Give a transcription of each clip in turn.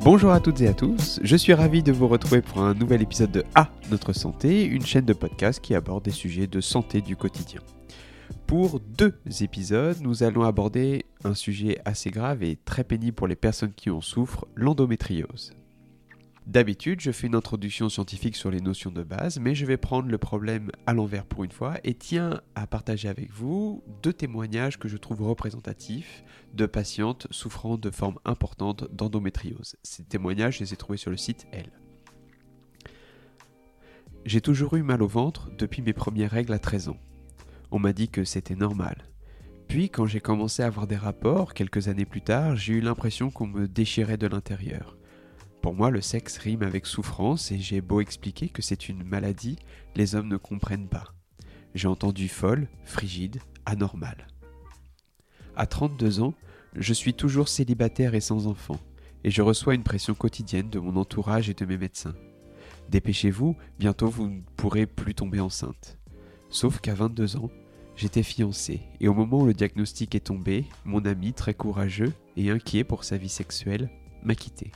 Bonjour à toutes et à tous, je suis ravi de vous retrouver pour un nouvel épisode de Notre Santé, une chaîne de podcast qui aborde des sujets de santé du quotidien. Pour 2 épisodes, nous allons aborder un sujet assez grave et très pénible pour les personnes qui en souffrent, l'endométriose. D'habitude, je fais une introduction scientifique sur les notions de base, mais je vais prendre le problème à l'envers pour une fois et tiens à partager avec vous 2 témoignages que je trouve représentatifs de patientes souffrant de formes importantes d'endométriose. Ces témoignages, je les ai trouvés sur le site Elle. J'ai toujours eu mal au ventre depuis mes premières règles à 13 ans. On m'a dit que c'était normal. Puis, quand j'ai commencé à avoir des rapports, quelques années plus tard, j'ai eu l'impression qu'on me déchirait de l'intérieur. Pour moi, le sexe rime avec souffrance et j'ai beau expliquer que c'est une maladie, les hommes ne comprennent pas. J'ai entendu folle, frigide, anormale. À 32 ans, je suis toujours célibataire et sans enfant, et je reçois une pression quotidienne de mon entourage et de mes médecins. Dépêchez-vous, bientôt vous ne pourrez plus tomber enceinte. Sauf qu'à 22 ans, j'étais fiancé, et au moment où le diagnostic est tombé, mon ami, très courageux et inquiet pour sa vie sexuelle, m'a quitté.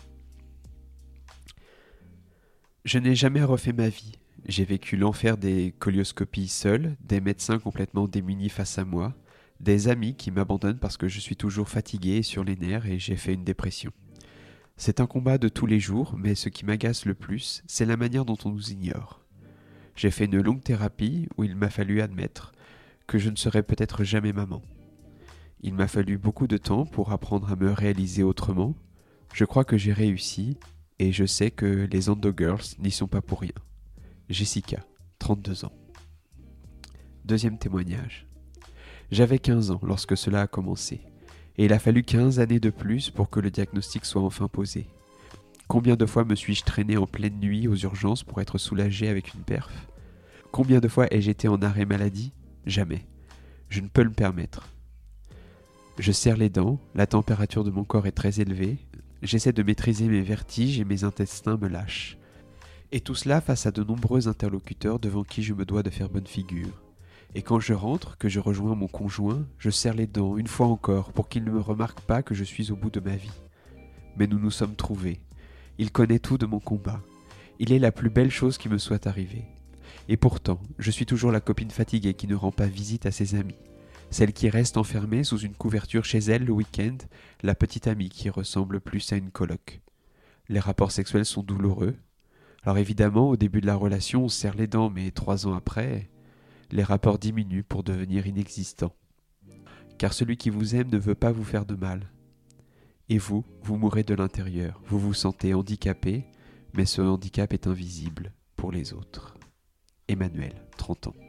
Je n'ai jamais refait ma vie. J'ai vécu l'enfer des colioscopies seul, des médecins complètement démunis face à moi, des amis qui m'abandonnent parce que je suis toujours fatigué et sur les nerfs et j'ai fait une dépression. C'est un combat de tous les jours, mais ce qui m'agace le plus, c'est la manière dont on nous ignore. J'ai fait une longue thérapie où il m'a fallu admettre que je ne serais peut-être jamais maman. Il m'a fallu beaucoup de temps pour apprendre à me réaliser autrement. Je crois que j'ai réussi. Et je sais que les Endo-Girls n'y sont pas pour rien. Jessica, 32 ans. Deuxième témoignage. J'avais 15 ans lorsque cela a commencé. Et il a fallu 15 années de plus pour que le diagnostic soit enfin posé. Combien de fois me suis-je traîné en pleine nuit aux urgences pour être soulagé avec une perf ? Combien de fois ai-je été en arrêt maladie ? Jamais. Je ne peux le permettre. Je serre les dents, la température de mon corps est très élevée. J'essaie de maîtriser mes vertiges et mes intestins me lâchent. Et tout cela face à de nombreux interlocuteurs devant qui je me dois de faire bonne figure. Et quand je rentre, que je rejoins mon conjoint, je serre les dents une fois encore pour qu'il ne me remarque pas que je suis au bout de ma vie. Mais nous nous sommes trouvés. Il connaît tout de mon combat. Il est la plus belle chose qui me soit arrivée. Et pourtant, je suis toujours la copine fatiguée qui ne rend pas visite à ses amis. Celle qui reste enfermée sous une couverture chez elle le week-end, la petite amie qui ressemble plus à une coloc. Les rapports sexuels sont douloureux. Alors évidemment, au début de la relation, on se serre les dents, mais 3 ans après, les rapports diminuent pour devenir inexistants. Car celui qui vous aime ne veut pas vous faire de mal. Et vous mourrez de l'intérieur. Vous vous sentez handicapé, mais ce handicap est invisible pour les autres. Emmanuel, 30 ans.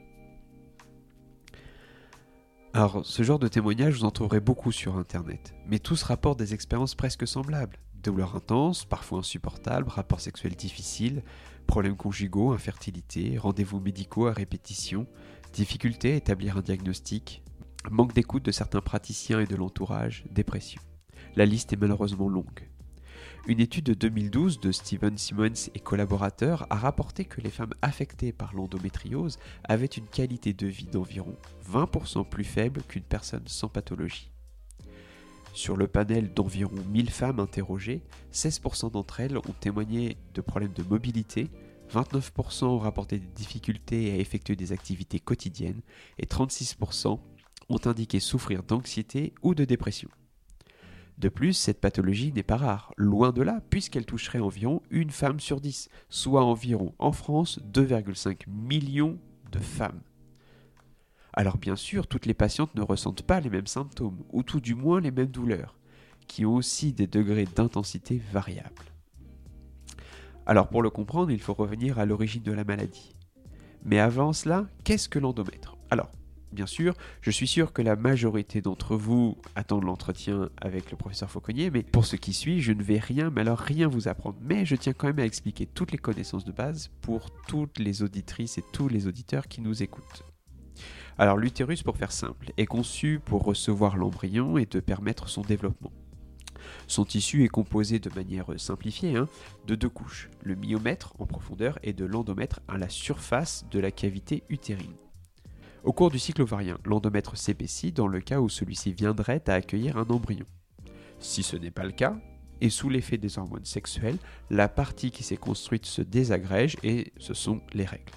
Alors, ce genre de témoignages, vous en trouverez beaucoup sur Internet, mais tous rapportent des expériences presque semblables. Douleurs intenses, parfois insupportables, rapports sexuels difficiles, problèmes conjugaux, infertilité, rendez-vous médicaux à répétition, difficultés à établir un diagnostic, manque d'écoute de certains praticiens et de l'entourage, dépression. La liste est malheureusement longue. Une étude de 2012 de Steven Simmons et collaborateurs a rapporté que les femmes affectées par l'endométriose avaient une qualité de vie d'environ 20% plus faible qu'une personne sans pathologie. Sur le panel d'environ 1000 femmes interrogées, 16% d'entre elles ont témoigné de problèmes de mobilité, 29% ont rapporté des difficultés à effectuer des activités quotidiennes et 36% ont indiqué souffrir d'anxiété ou de dépression. De plus, cette pathologie n'est pas rare, loin de là, puisqu'elle toucherait environ une femme sur 10, soit environ, en France, 2,5 millions de femmes. Alors bien sûr, toutes les patientes ne ressentent pas les mêmes symptômes, ou tout du moins les mêmes douleurs, qui ont aussi des degrés d'intensité variables. Alors pour le comprendre, il faut revenir à l'origine de la maladie. Mais avant cela, qu'est-ce que l'endomètre ? Alors, bien sûr, je suis sûr que la majorité d'entre vous attendent l'entretien avec le professeur Fauconnier, mais pour ce qui suit, je ne vais rien vous apprendre. Mais je tiens quand même à expliquer toutes les connaissances de base pour toutes les auditrices et tous les auditeurs qui nous écoutent. Alors l'utérus, pour faire simple, est conçu pour recevoir l'embryon et de permettre son développement. Son tissu est composé de manière simplifiée de 2 couches, le myomètre en profondeur et de l'endomètre à la surface de la cavité utérine. Au cours du cycle ovarien, l'endomètre s'épaissit dans le cas où celui-ci viendrait à accueillir un embryon. Si ce n'est pas le cas, et sous l'effet des hormones sexuelles, la partie qui s'est construite se désagrège et ce sont les règles.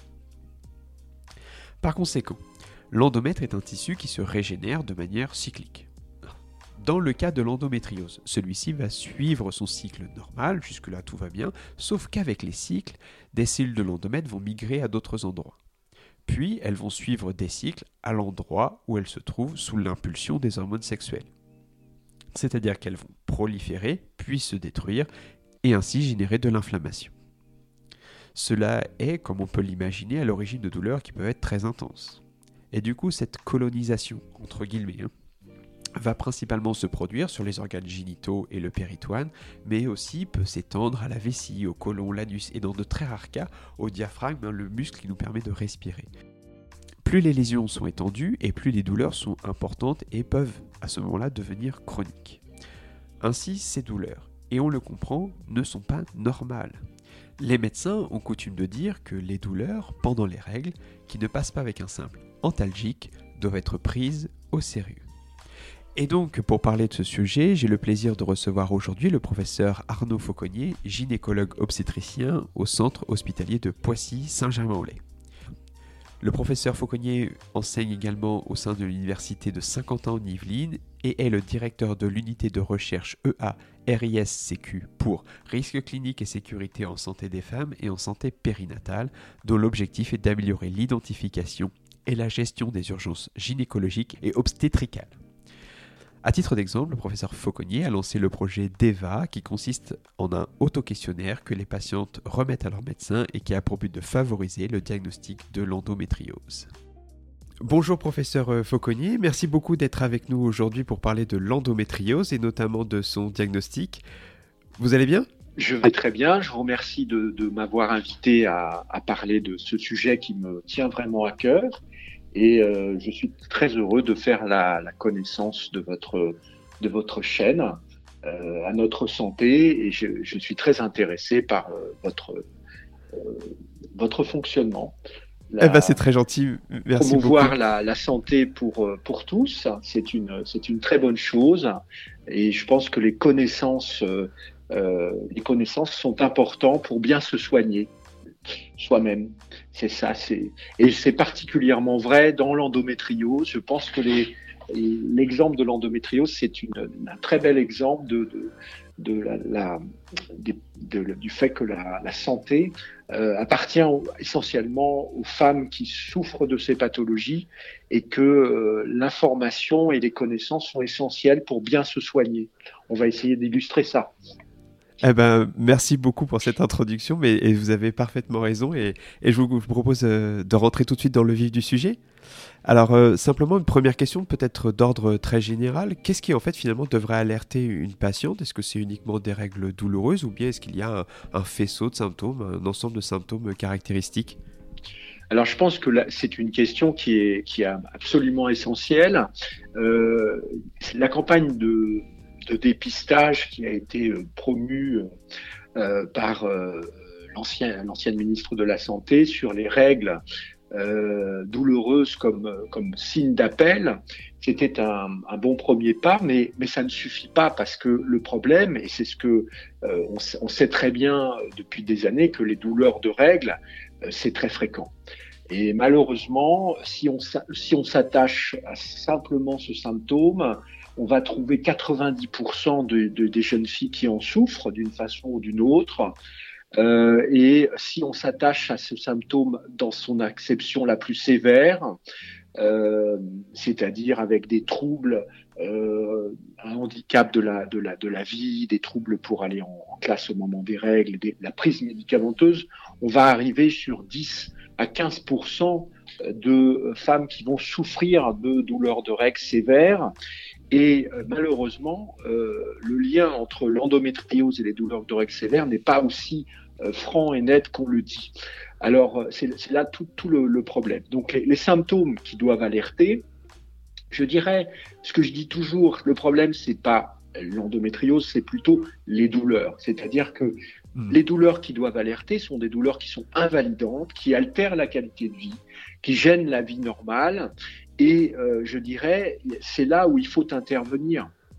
Par conséquent, l'endomètre est un tissu qui se régénère de manière cyclique. Dans le cas de l'endométriose, celui-ci va suivre son cycle normal, jusque-là tout va bien, sauf qu'avec les cycles, des cellules de l'endomètre vont migrer à d'autres endroits. Puis elles vont suivre des cycles à l'endroit où elles se trouvent sous l'impulsion des hormones sexuelles. C'est-à-dire qu'elles vont proliférer, puis se détruire, et ainsi générer de l'inflammation. Cela est, comme on peut l'imaginer, à l'origine de douleurs qui peuvent être très intenses. Et du coup, cette colonisation, entre guillemets, va principalement se produire sur les organes génitaux et le péritoine, mais aussi peut s'étendre à la vessie, au côlon, l'anus et dans de très rares cas au diaphragme, le muscle qui nous permet de respirer. Plus les lésions sont étendues et plus les douleurs sont importantes et peuvent à ce moment-là devenir chroniques. Ainsi, ces douleurs, et on le comprend, ne sont pas normales. Les médecins ont coutume de dire que les douleurs pendant les règles, qui ne passent pas avec un simple antalgique, doivent être prises au sérieux. Et donc, pour parler de ce sujet, j'ai le plaisir de recevoir aujourd'hui le professeur Arnaud Fauconnier, gynécologue obstétricien au centre hospitalier de Poissy-Saint-Germain-en-Laye. Le professeur Fauconnier enseigne également au sein de l'université de Saint-Quentin en Yvelines et est le directeur de l'unité de recherche EA-RIS-Sécu pour risques cliniques et sécurité en santé des femmes et en santé périnatale, dont l'objectif est d'améliorer l'identification et la gestion des urgences gynécologiques et obstétricales. À titre d'exemple, le professeur Fauconnier a lancé le projet DEVA qui consiste en un auto-questionnaire que les patientes remettent à leur médecin et qui a pour but de favoriser le diagnostic de l'endométriose. Bonjour professeur Fauconnier, merci beaucoup d'être avec nous aujourd'hui pour parler de l'endométriose et notamment de son diagnostic. Vous allez bien ? Je vais très bien, je vous remercie de m'avoir invité à parler de ce sujet qui me tient vraiment à cœur. Et je suis très heureux de faire la connaissance de votre chaîne à notre santé et je suis très intéressé par votre fonctionnement. C'est très gentil, merci promouvoir beaucoup. la santé pour tous, c'est une très bonne chose et je pense que les connaissances sont importantes pour bien se soigner soi-même. C'est ça, et c'est particulièrement vrai dans l'endométriose. Je pense que l'exemple de l'endométriose, c'est un très bel exemple du fait que la santé appartient essentiellement aux femmes qui souffrent de ces pathologies et que l'information et les connaissances sont essentielles pour bien se soigner. On va essayer d'illustrer ça. Merci beaucoup pour cette introduction, et vous avez parfaitement raison et je vous propose de rentrer tout de suite dans le vif du sujet. Alors simplement une première question peut-être d'ordre très général, qu'est-ce qui en fait finalement devrait alerter une patiente ? Est-ce que c'est uniquement des règles douloureuses ou bien est-ce qu'il y a un faisceau de symptômes, un ensemble de symptômes caractéristiques ? Alors, je pense que là, c'est une question qui est absolument essentielle. La campagne de dépistage qui a été promue par l'ancienne ministre de la Santé sur les règles douloureuses comme signe d'appel, c'était un bon premier pas, mais ça ne suffit pas parce que le problème, et c'est ce que on sait très bien depuis des années, que les douleurs de règles, c'est très fréquent. Et malheureusement, si on s'attache à simplement ce symptôme, on va trouver 90% des jeunes filles qui en souffrent d'une façon ou d'une autre. Et si on s'attache à ce symptôme dans son acception la plus sévère, c'est-à-dire avec des troubles, un handicap de la vie, des troubles pour aller en classe au moment des règles, la prise médicamenteuse, on va arriver sur 10 à 15% de femmes qui vont souffrir de douleurs de règles sévères. Et malheureusement, le lien entre l'endométriose et les douleurs de règles sévères n'est pas aussi franc et net qu'on le dit. Alors, c'est là tout le problème. Donc, les symptômes qui doivent alerter, je dirais, ce que je dis toujours, le problème, c'est pas l'endométriose, c'est plutôt les douleurs. C'est-à-dire que les douleurs qui doivent alerter sont des douleurs qui sont invalidantes, qui altèrent la qualité de vie, qui gênent la vie normale. Et je dirais, c'est là où il faut intervenir.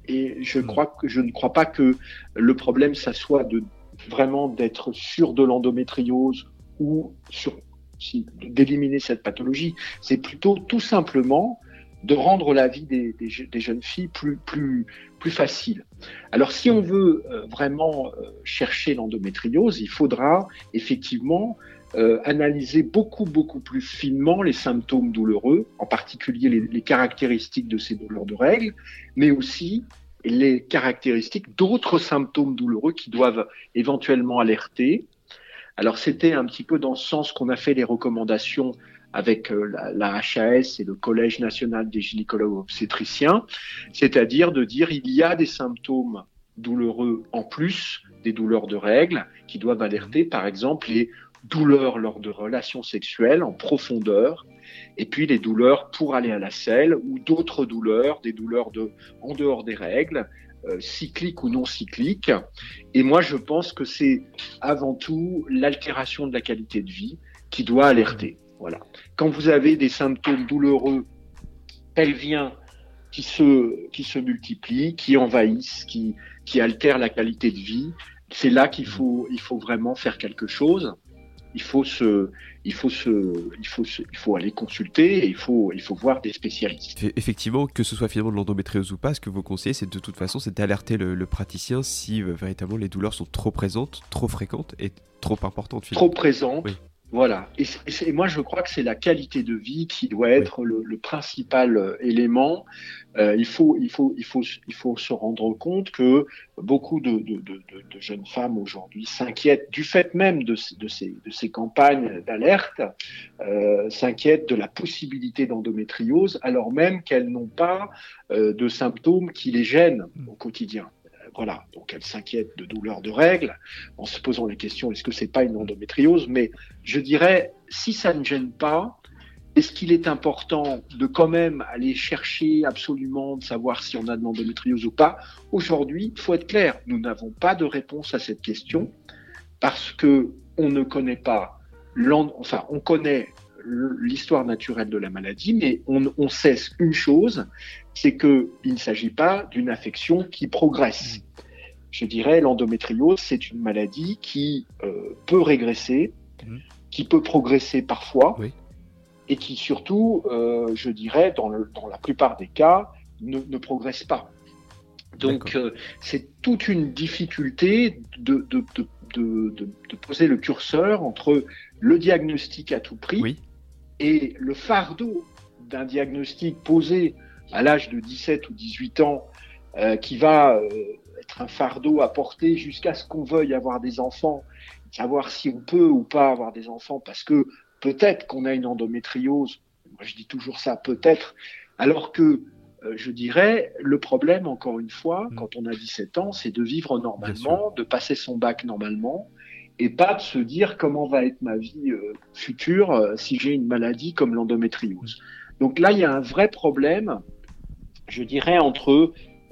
Et je ne crois pas que le problème, ça soit vraiment d'être sûr de l'endométriose ou d'éliminer cette pathologie. C'est plutôt tout simplement de rendre la vie des jeunes filles plus facile. Alors, si on veut vraiment chercher l'endométriose, il faudra effectivement analyser beaucoup plus finement les symptômes douloureux, en particulier les caractéristiques de ces douleurs de règles, mais aussi les caractéristiques d'autres symptômes douloureux qui doivent éventuellement alerter. Alors, c'était un petit peu dans ce sens qu'on a fait les recommandations avec la HAS et le Collège national des gynécologues obstétriciens, c'est-à-dire de dire il y a des symptômes douloureux en plus des douleurs de règles qui doivent alerter, par exemple, les douleurs lors de relations sexuelles en profondeur, et puis les douleurs pour aller à la selle ou d'autres douleurs, des douleurs en dehors des règles, cycliques ou non cycliques. Et moi, je pense que c'est avant tout l'altération de la qualité de vie qui doit alerter. Voilà. Quand vous avez des symptômes douloureux pelviens qui se multiplient, qui envahissent, qui altèrent la qualité de vie, c'est là qu'il faut vraiment faire quelque chose. Il faut aller consulter et il faut voir des spécialistes. Effectivement, que ce soit finalement de l'endométriose ou pas, ce que vous conseillez, c'est de toute façon, c'est d'alerter le praticien si véritablement les douleurs sont trop présentes, trop fréquentes et trop importantes. Finalement. Trop présentes. Oui. Voilà. Et moi, je crois que c'est la qualité de vie qui doit être le principal élément. Il faut se rendre compte que beaucoup de jeunes femmes aujourd'hui s'inquiètent du fait même de ces campagnes d'alerte, s'inquiètent de la possibilité d'endométriose, alors même qu'elles n'ont pas de symptômes qui les gênent au quotidien. Voilà, donc elle s'inquiète de douleurs de règles en se posant la question est-ce que c'est pas une endométriose? Mais je dirais, si ça ne gêne pas, est-ce qu'il est important de quand même aller chercher absolument de savoir si on a de l'endométriose ou pas? Aujourd'hui, il faut être clair, nous n'avons pas de réponse à cette question parce que on ne connaît pas, on connaît l'histoire naturelle de la maladie, mais on sait une chose, c'est qu'il ne s'agit pas d'une affection qui progresse. Je dirais, l'endométriose, c'est une maladie qui peut régresser, qui peut progresser parfois, et qui surtout, je dirais, dans la plupart des cas, ne progresse pas. Donc, c'est toute une difficulté de poser le curseur entre le diagnostic à tout prix et le fardeau d'un diagnostic posé à l'âge de 17 ou 18 ans qui va être un fardeau à porter jusqu'à ce qu'on veuille avoir des enfants, savoir si on peut ou pas avoir des enfants parce que peut-être qu'on a une endométriose, moi je dis toujours ça, peut-être, alors que je dirais, le problème, encore une fois, quand on a 17 ans, c'est de vivre normalement, de passer son bac normalement, et pas de se dire comment va être ma vie future si j'ai une maladie comme l'endométriose. Donc là, il y a un vrai problème, je dirais, entre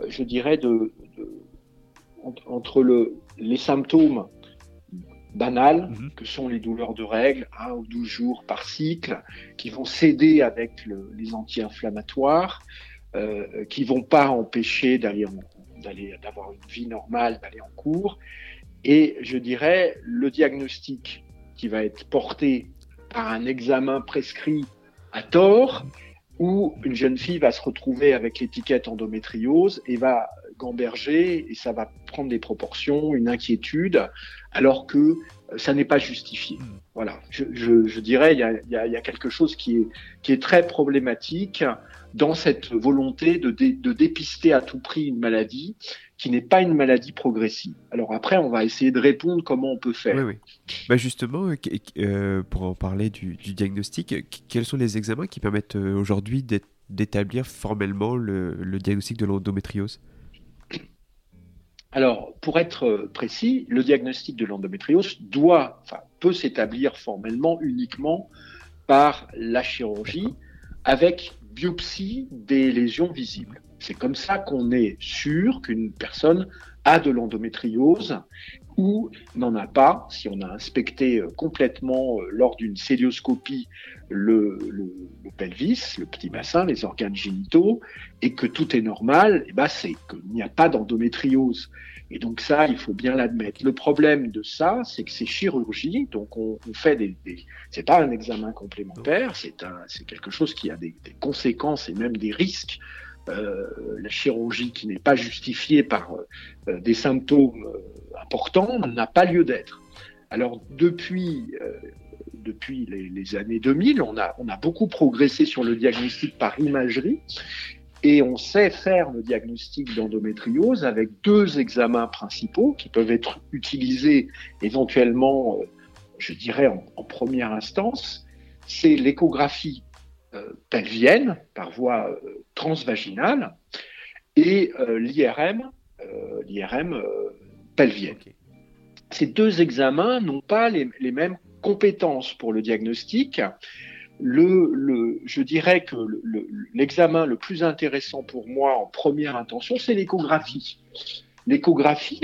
les symptômes banals, que sont les douleurs de règles, 1 ou 12 jours par cycle, qui vont céder avec les anti-inflammatoires, qui vont pas empêcher d'avoir une vie normale, d'aller en cours. Et je dirais, le diagnostic qui va être porté par un examen prescrit à tort, où une jeune fille va se retrouver avec l'étiquette endométriose et va gamberger, et ça va prendre des proportions, une inquiétude, alors que ça n'est pas justifié. Voilà, je dirais, il y a quelque chose qui est très problématique dans cette volonté de dépister à tout prix une maladie qui n'est pas une maladie progressive. Alors après, on va essayer de répondre comment on peut faire. Oui. Bah justement, pour en parler du diagnostic, quels sont les examens qui permettent aujourd'hui d'établir formellement le diagnostic de l'endométriose ? Alors, pour être précis, le diagnostic de l'endométriose peut s'établir formellement uniquement par la chirurgie avec biopsie des lésions visibles. C'est comme ça qu'on est sûr qu'une personne a de l'endométriose ou n'en a pas, si on a inspecté complètement lors d'une célioscopie le pelvis, le petit bassin, les organes génitaux, et que tout est normal, c'est qu'il n'y a pas d'endométriose. Et donc ça, il faut bien l'admettre. Le problème de ça, c'est que ces chirurgies, donc on fait c'est pas un examen complémentaire, c'est quelque chose qui a des conséquences et même des risques. La chirurgie qui n'est pas justifiée par des symptômes importants n'a pas lieu d'être. Alors depuis les années 2000, on a beaucoup progressé sur le diagnostic par imagerie et on sait faire le diagnostic d'endométriose avec 2 examens principaux qui peuvent être utilisés éventuellement, je dirais en première instance. C'est l'échographie pelvienne par voie transvaginale et l'IRM pelvienne. Okay. Ces 2 examens n'ont pas les mêmes compétences pour le diagnostic. Je dirais que l'examen le plus intéressant pour moi en première intention, c'est l'échographie. L'échographie,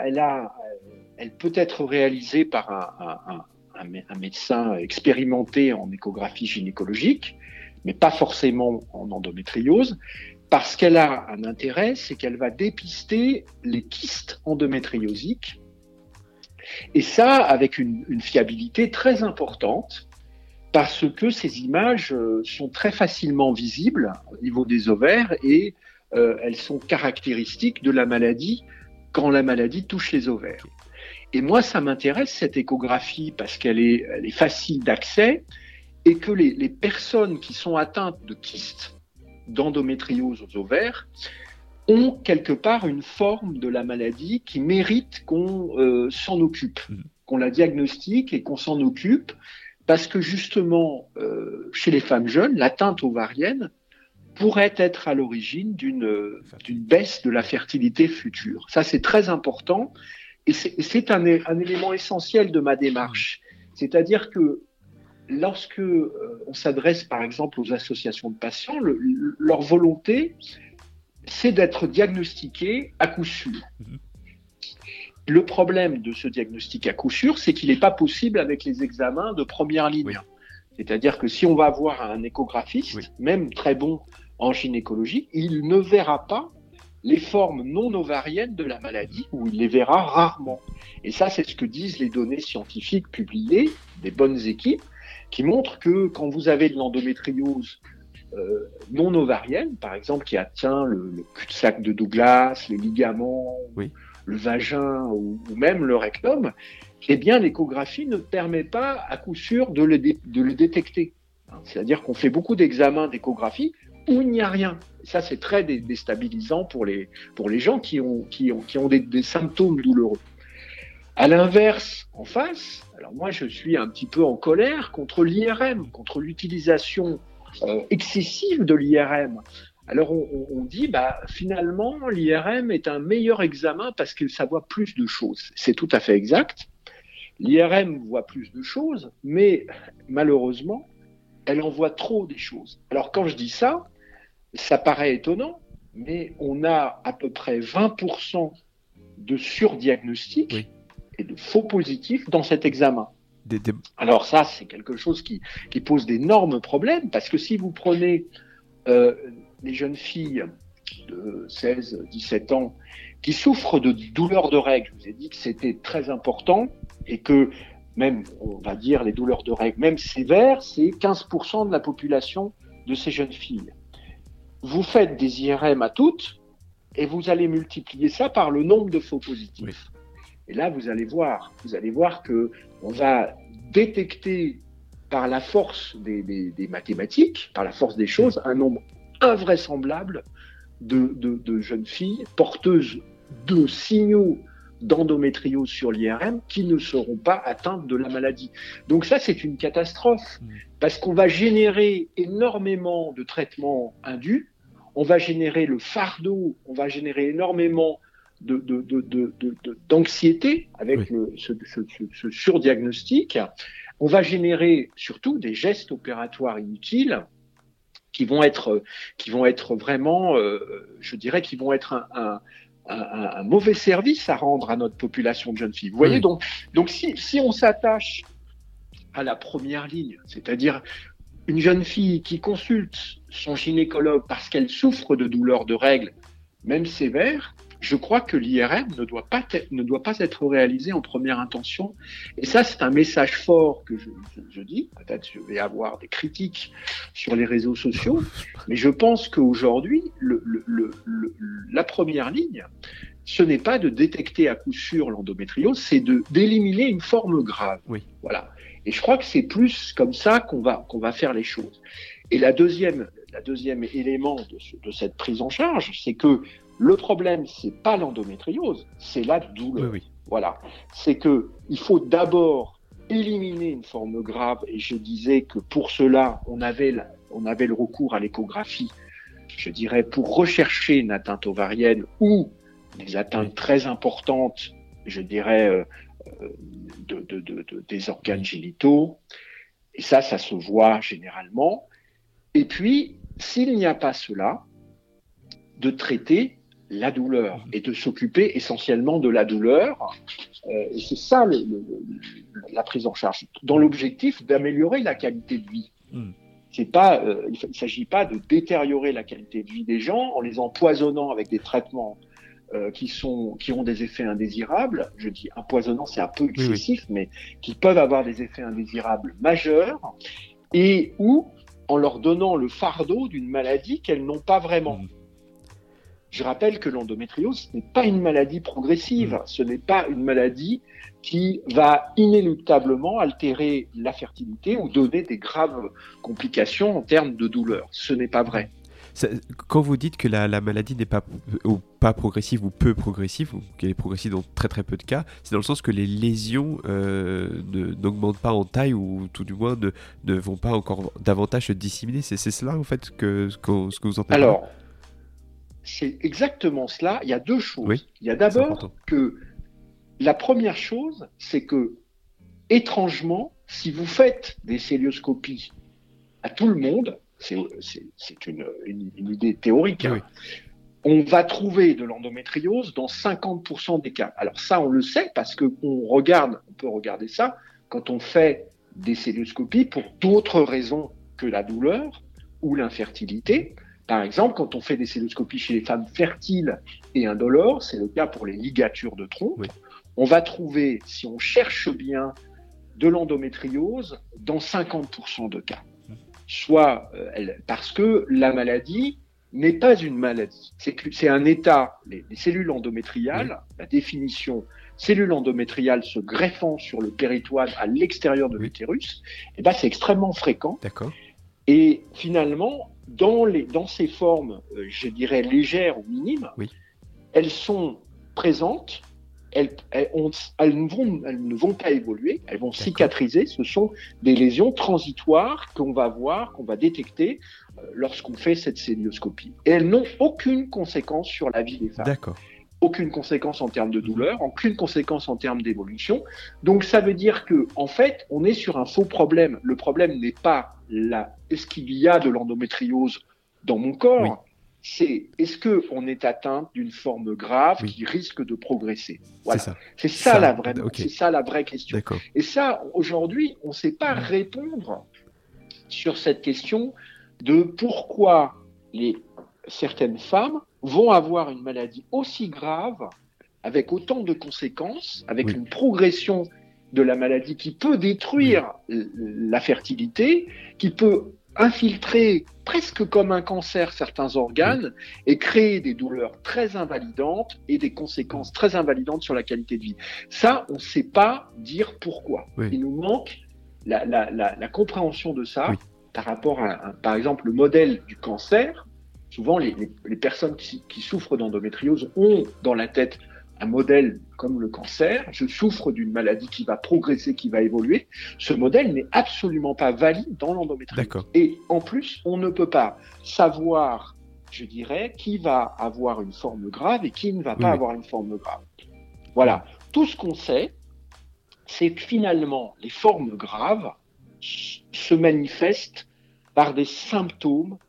elle peut être réalisée par un médecin expérimenté en échographie gynécologique, mais pas forcément en endométriose, parce qu'elle a un intérêt, c'est qu'elle va dépister les kystes endométriosiques, et ça avec une fiabilité très importante, parce que ces images sont très facilement visibles au niveau des ovaires et elles sont caractéristiques de la maladie quand la maladie touche les ovaires. Et moi, ça m'intéresse cette échographie parce qu'elle est facile d'accès et que les personnes qui sont atteintes de kystes d'endométriose aux ovaires ont quelque part une forme de la maladie qui mérite qu'on s'en occupe, qu'on la diagnostique et qu'on s'en occupe, parce que justement, chez les femmes jeunes, l'atteinte ovarienne pourrait être à l'origine d'une baisse de la fertilité future. Ça, c'est très important et c'est un élément essentiel de ma démarche. C'est-à-dire que lorsque on s'adresse par exemple aux associations de patients, leur volonté, c'est d'être diagnostiqué à coup sûr. Le problème de ce diagnostic à coup sûr, c'est qu'il n'est pas possible avec les examens de première ligne. Oui. C'est-à-dire que si on va voir un échographiste, même très bon en gynécologie, il ne verra pas les formes non ovariennes de la maladie, ou il les verra rarement. Et ça, c'est ce que disent les données scientifiques publiées, des bonnes équipes, qui montrent que quand vous avez de l'endométriose non ovarienne, par exemple, qui atteint le cul-de-sac de Douglas, les ligaments, le vagin ou même le rectum, eh bien, l'échographie ne permet pas à coup sûr de le détecter. C'est-à-dire qu'on fait beaucoup d'examens d'échographie où il n'y a rien. Ça, c'est très déstabilisant pour les gens qui ont des symptômes douloureux. À l'inverse, en face, alors moi, je suis un petit peu en colère contre l'IRM, contre l'utilisation excessive de l'IRM. Alors on dit finalement l'IRM est un meilleur examen parce que ça voit plus de choses. C'est tout à fait exact. L'IRM voit plus de choses, mais malheureusement, elle en voit trop des choses. Alors quand je dis ça, ça paraît étonnant, mais on a à peu près 20% de surdiagnostic et de faux positifs dans cet examen. Alors ça, c'est quelque chose qui pose d'énormes problèmes, parce que si vous prenez les jeunes filles de 16, 17 ans qui souffrent de douleurs de règles, je vous ai dit que c'était très important et que même, on va dire, les douleurs de règles, même sévères, c'est 15% de la population de ces jeunes filles. Vous faites des IRM à toutes et vous allez multiplier ça par le nombre de faux positifs. Et là, vous allez voir que on va détecter par la force des mathématiques, par la force des choses, un nombre invraisemblable de jeunes filles porteuses de signaux d'endométriose sur l'IRM qui ne seront pas atteintes de la maladie. Donc ça, c'est une catastrophe parce qu'on va générer énormément de traitements indus, on va générer le fardeau, on va générer énormément d'anxiété avec ce surdiagnostic. On va générer surtout des gestes opératoires inutiles qui vont être vraiment, je dirais, qui vont être un mauvais service à rendre à notre population de jeunes filles. Vous voyez, donc si on s'attache à la première ligne, c'est-à-dire une jeune fille qui consulte son gynécologue parce qu'elle souffre de douleurs de règles, même sévères, je crois que l'IRM ne doit pas être réalisé en première intention. Et ça, c'est un message fort que je dis. Peut-être je vais avoir des critiques sur les réseaux sociaux, mais je pense qu'aujourd'hui, la première ligne, ce n'est pas de détecter à coup sûr l'endométriose, c'est d'éliminer une forme grave. Oui. Voilà. Et je crois que c'est plus comme ça qu'on va faire les choses. Et la deuxième élément de cette prise en charge, c'est que le problème, c'est pas l'endométriose, c'est la douleur. Oui. Voilà. C'est que il faut d'abord éliminer une forme grave. Et je disais que pour cela, on avait le recours à l'échographie, je dirais, pour rechercher une atteinte ovarienne ou des atteintes très importantes, je dirais, des organes génitaux. Et ça se voit généralement. Et puis, s'il n'y a pas cela, de traiter la douleur et de s'occuper essentiellement de la douleur. Et c'est ça la prise en charge, dans l'objectif d'améliorer la qualité de vie. C'est pas, il ne s'agit pas de détériorer la qualité de vie des gens en les empoisonnant avec des traitements qui ont des effets indésirables. Je dis empoisonnant, c'est un peu excessif, mais qui peuvent avoir des effets indésirables majeurs, et ou en leur donnant le fardeau d'une maladie qu'elles n'ont pas vraiment. Je rappelle que l'endométriose n'est pas une maladie progressive, ce n'est pas une maladie qui va inéluctablement altérer la fertilité ou donner des graves complications en termes de douleur. Ce n'est pas vrai. Quand vous dites que la maladie n'est pas progressive ou peu progressive, ou qu'elle est progressive dans très très peu de cas, c'est dans le sens que les lésions n'augmentent pas en taille, ou tout du moins ne vont pas encore davantage se disséminer. C'est cela en fait ce que vous entendez? Alors, c'est exactement cela. Il y a deux choses. Oui, il y a d'abord que la première chose, c'est que, étrangement, si vous faites des célioscopies à tout le monde, c'est une idée théorique, oui. On va trouver de l'endométriose dans 50% des cas. Alors ça, on le sait parce qu'on peut regarder ça quand on fait des célioscopies pour d'autres raisons que la douleur ou l'infertilité. Par exemple, quand on fait des célioscopies chez les femmes fertiles et indolores, c'est le cas pour les ligatures de trompe, on va trouver, si on cherche bien, de l'endométriose dans 50% de cas. Soit parce que la maladie n'est pas une maladie, c'est un état. Les cellules endométriales, la définition, cellules endométriales se greffant sur le péritoine à l'extérieur de l'utérus, c'est extrêmement fréquent. D'accord. Et finalement, dans ces formes, je dirais légères ou minimes, elles sont présentes, elles ne vont pas évoluer, elles vont cicatriser. Ce sont des lésions transitoires qu'on va voir, qu'on va détecter lorsqu'on fait cette célioscopie. Et elles n'ont aucune conséquence sur la vie des femmes. D'accord. Aucune conséquence en termes de douleur, aucune conséquence en termes d'évolution. Donc ça veut dire que, en fait, on est sur un faux problème. Le problème n'est pas est-ce qu'il y a de l'endométriose dans mon corps, c'est est-ce qu'on est atteint d'une forme grave qui risque de progresser. Voilà. C'est ça la vraie question. D'accord. Et ça, aujourd'hui, on ne sait pas répondre sur cette question de pourquoi certaines femmes vont avoir une maladie aussi grave, avec autant de conséquences, avec une progression de la maladie qui peut détruire la fertilité, qui peut infiltrer presque comme un cancer certains organes et créer des douleurs très invalidantes et des conséquences très invalidantes sur la qualité de vie. Ça, on ne sait pas dire pourquoi. Il nous manque la compréhension de ça par rapport à, par exemple, le modèle du cancer. Souvent, les personnes qui souffrent d'endométriose ont dans la tête un modèle comme le cancer. Je souffre d'une maladie qui va progresser, qui va évoluer. Ce modèle n'est absolument pas valide dans l'endométriose. Et en plus, on ne peut pas savoir, je dirais, qui va avoir une forme grave et qui ne va pas avoir une forme grave. Voilà. Tout ce qu'on sait, c'est que finalement, les formes graves se manifestent par des symptômes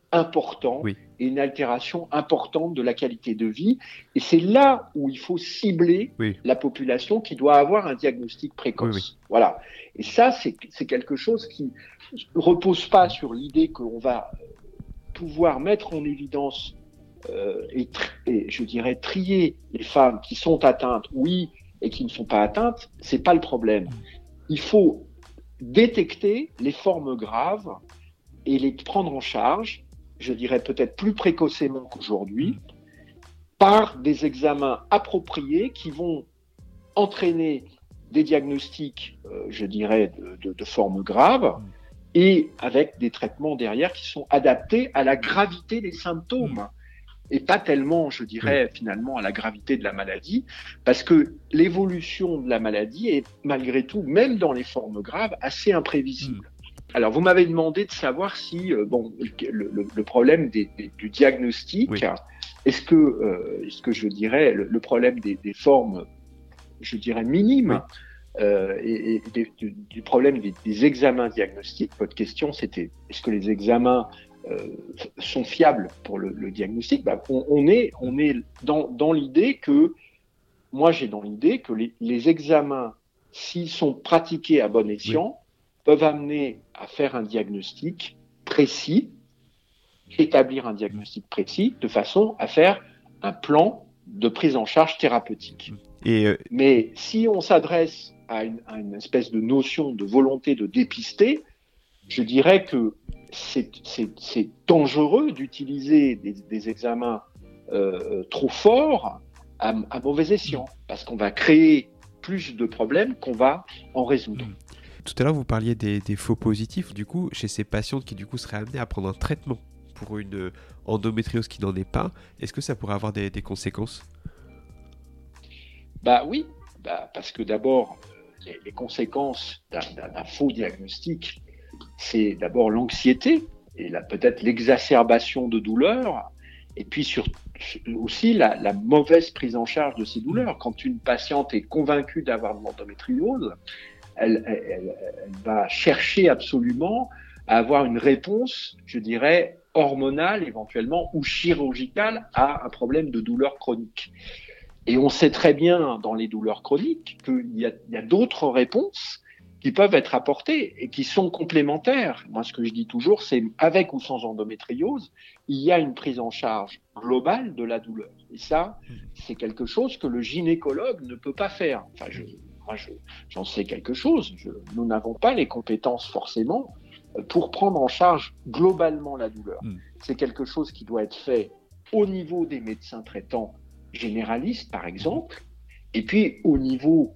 important Oui. et une altération importante de la qualité de vie. Et c'est là où il faut cibler Oui. la population qui doit avoir un diagnostic précoce. Oui. Voilà. Et ça, c'est quelque chose qui ne repose pas sur l'idée qu'on va pouvoir mettre en évidence et je dirais trier les femmes qui sont atteintes, oui, et qui ne sont pas atteintes. C'est pas le problème. Il faut détecter les formes graves et les prendre en charge, je dirais peut-être plus précocement qu'aujourd'hui, par des examens appropriés qui vont entraîner des diagnostics, je dirais, de formes graves, et avec des traitements derrière qui sont adaptés à la gravité des symptômes, et pas tellement, je dirais, finalement, à la gravité de la maladie, parce que l'évolution de la maladie est, malgré tout, même dans les formes graves, assez imprévisible. Alors, vous m'avez demandé de savoir si, le problème du diagnostic, est-ce que je dirais, le problème des formes, je dirais, minimes, et du problème des examens diagnostiques, votre question c'était, est-ce que les examens sont fiables pour le diagnostic? On est dans l'idée que, moi j'ai dans l'idée que les examens, s'ils sont pratiqués à bon escient, peuvent amener à faire un diagnostic précis, établir un diagnostic précis, de façon à faire un plan de prise en charge thérapeutique. Mais si on s'adresse à une espèce de notion de volonté de dépister, je dirais que c'est dangereux d'utiliser des examens trop forts à mauvais escient, parce qu'on va créer plus de problèmes qu'on va en résoudre. Tout à l'heure, vous parliez des faux positifs, du coup, chez ces patientes qui du coup seraient amenées à prendre un traitement pour une endométriose qui n'en est pas. Est-ce que ça pourrait avoir des conséquences? Oui, parce que d'abord, les conséquences d'un faux diagnostic, c'est d'abord l'anxiété et peut-être l'exacerbation de douleurs, et puis aussi la mauvaise prise en charge de ces douleurs. Quand une patiente est convaincue d'avoir de l'endométriose, elle va chercher absolument à avoir une réponse, je dirais, hormonale éventuellement ou chirurgicale à un problème de douleur chronique. Et on sait très bien dans les douleurs chroniques qu'il y a d'autres réponses qui peuvent être apportées et qui sont complémentaires. Moi, ce que je dis toujours, c'est avec ou sans endométriose, il y a une prise en charge globale de la douleur. Et ça, c'est quelque chose que le gynécologue ne peut pas faire. Enfin, j'en sais quelque chose. Nous n'avons pas les compétences forcément pour prendre en charge globalement la douleur. C'est quelque chose qui doit être fait au niveau des médecins traitants généralistes, par exemple, et puis au niveau